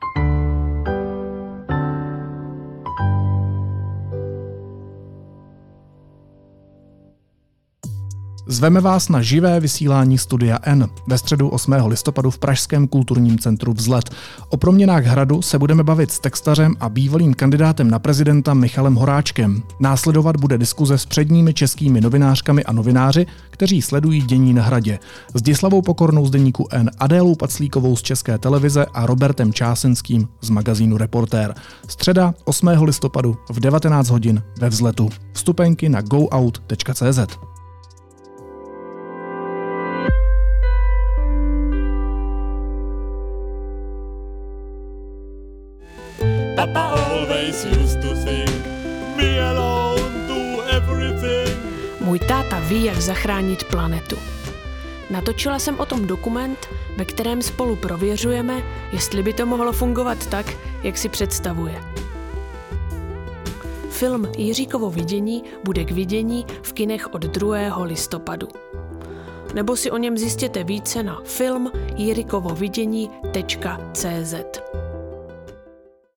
Zveme vás na živé vysílání Studia N ve středu 8. listopadu v Pražském kulturním centru Vzlet. O proměnách hradu se budeme bavit s textařem a bývalým kandidátem na prezidenta Michalem Horáčkem. Následovat bude diskuze s předními českými novinářkami a novináři, kteří sledují dění na hradě. S Zdislavou Pokornou z deníku N, Adélou Paclíkovou z České televize a Robertem Čásenským z magazínu Reportér. Středa 8. listopadu v 19 hodin ve Vzletu. Vstupenky na goout.cz. Papa always used to think, me alone do everything. Můj táta ví, jak zachránit planetu. Natočila jsem o tom dokument, ve kterém spolu prověřujeme, jestli by to mohlo fungovat tak, jak si představuje. Film Jiříkovo vidění bude k vidění v kinech od 2. listopadu. Nebo si o něm zjistěte více na filmjirikovovidění.cz.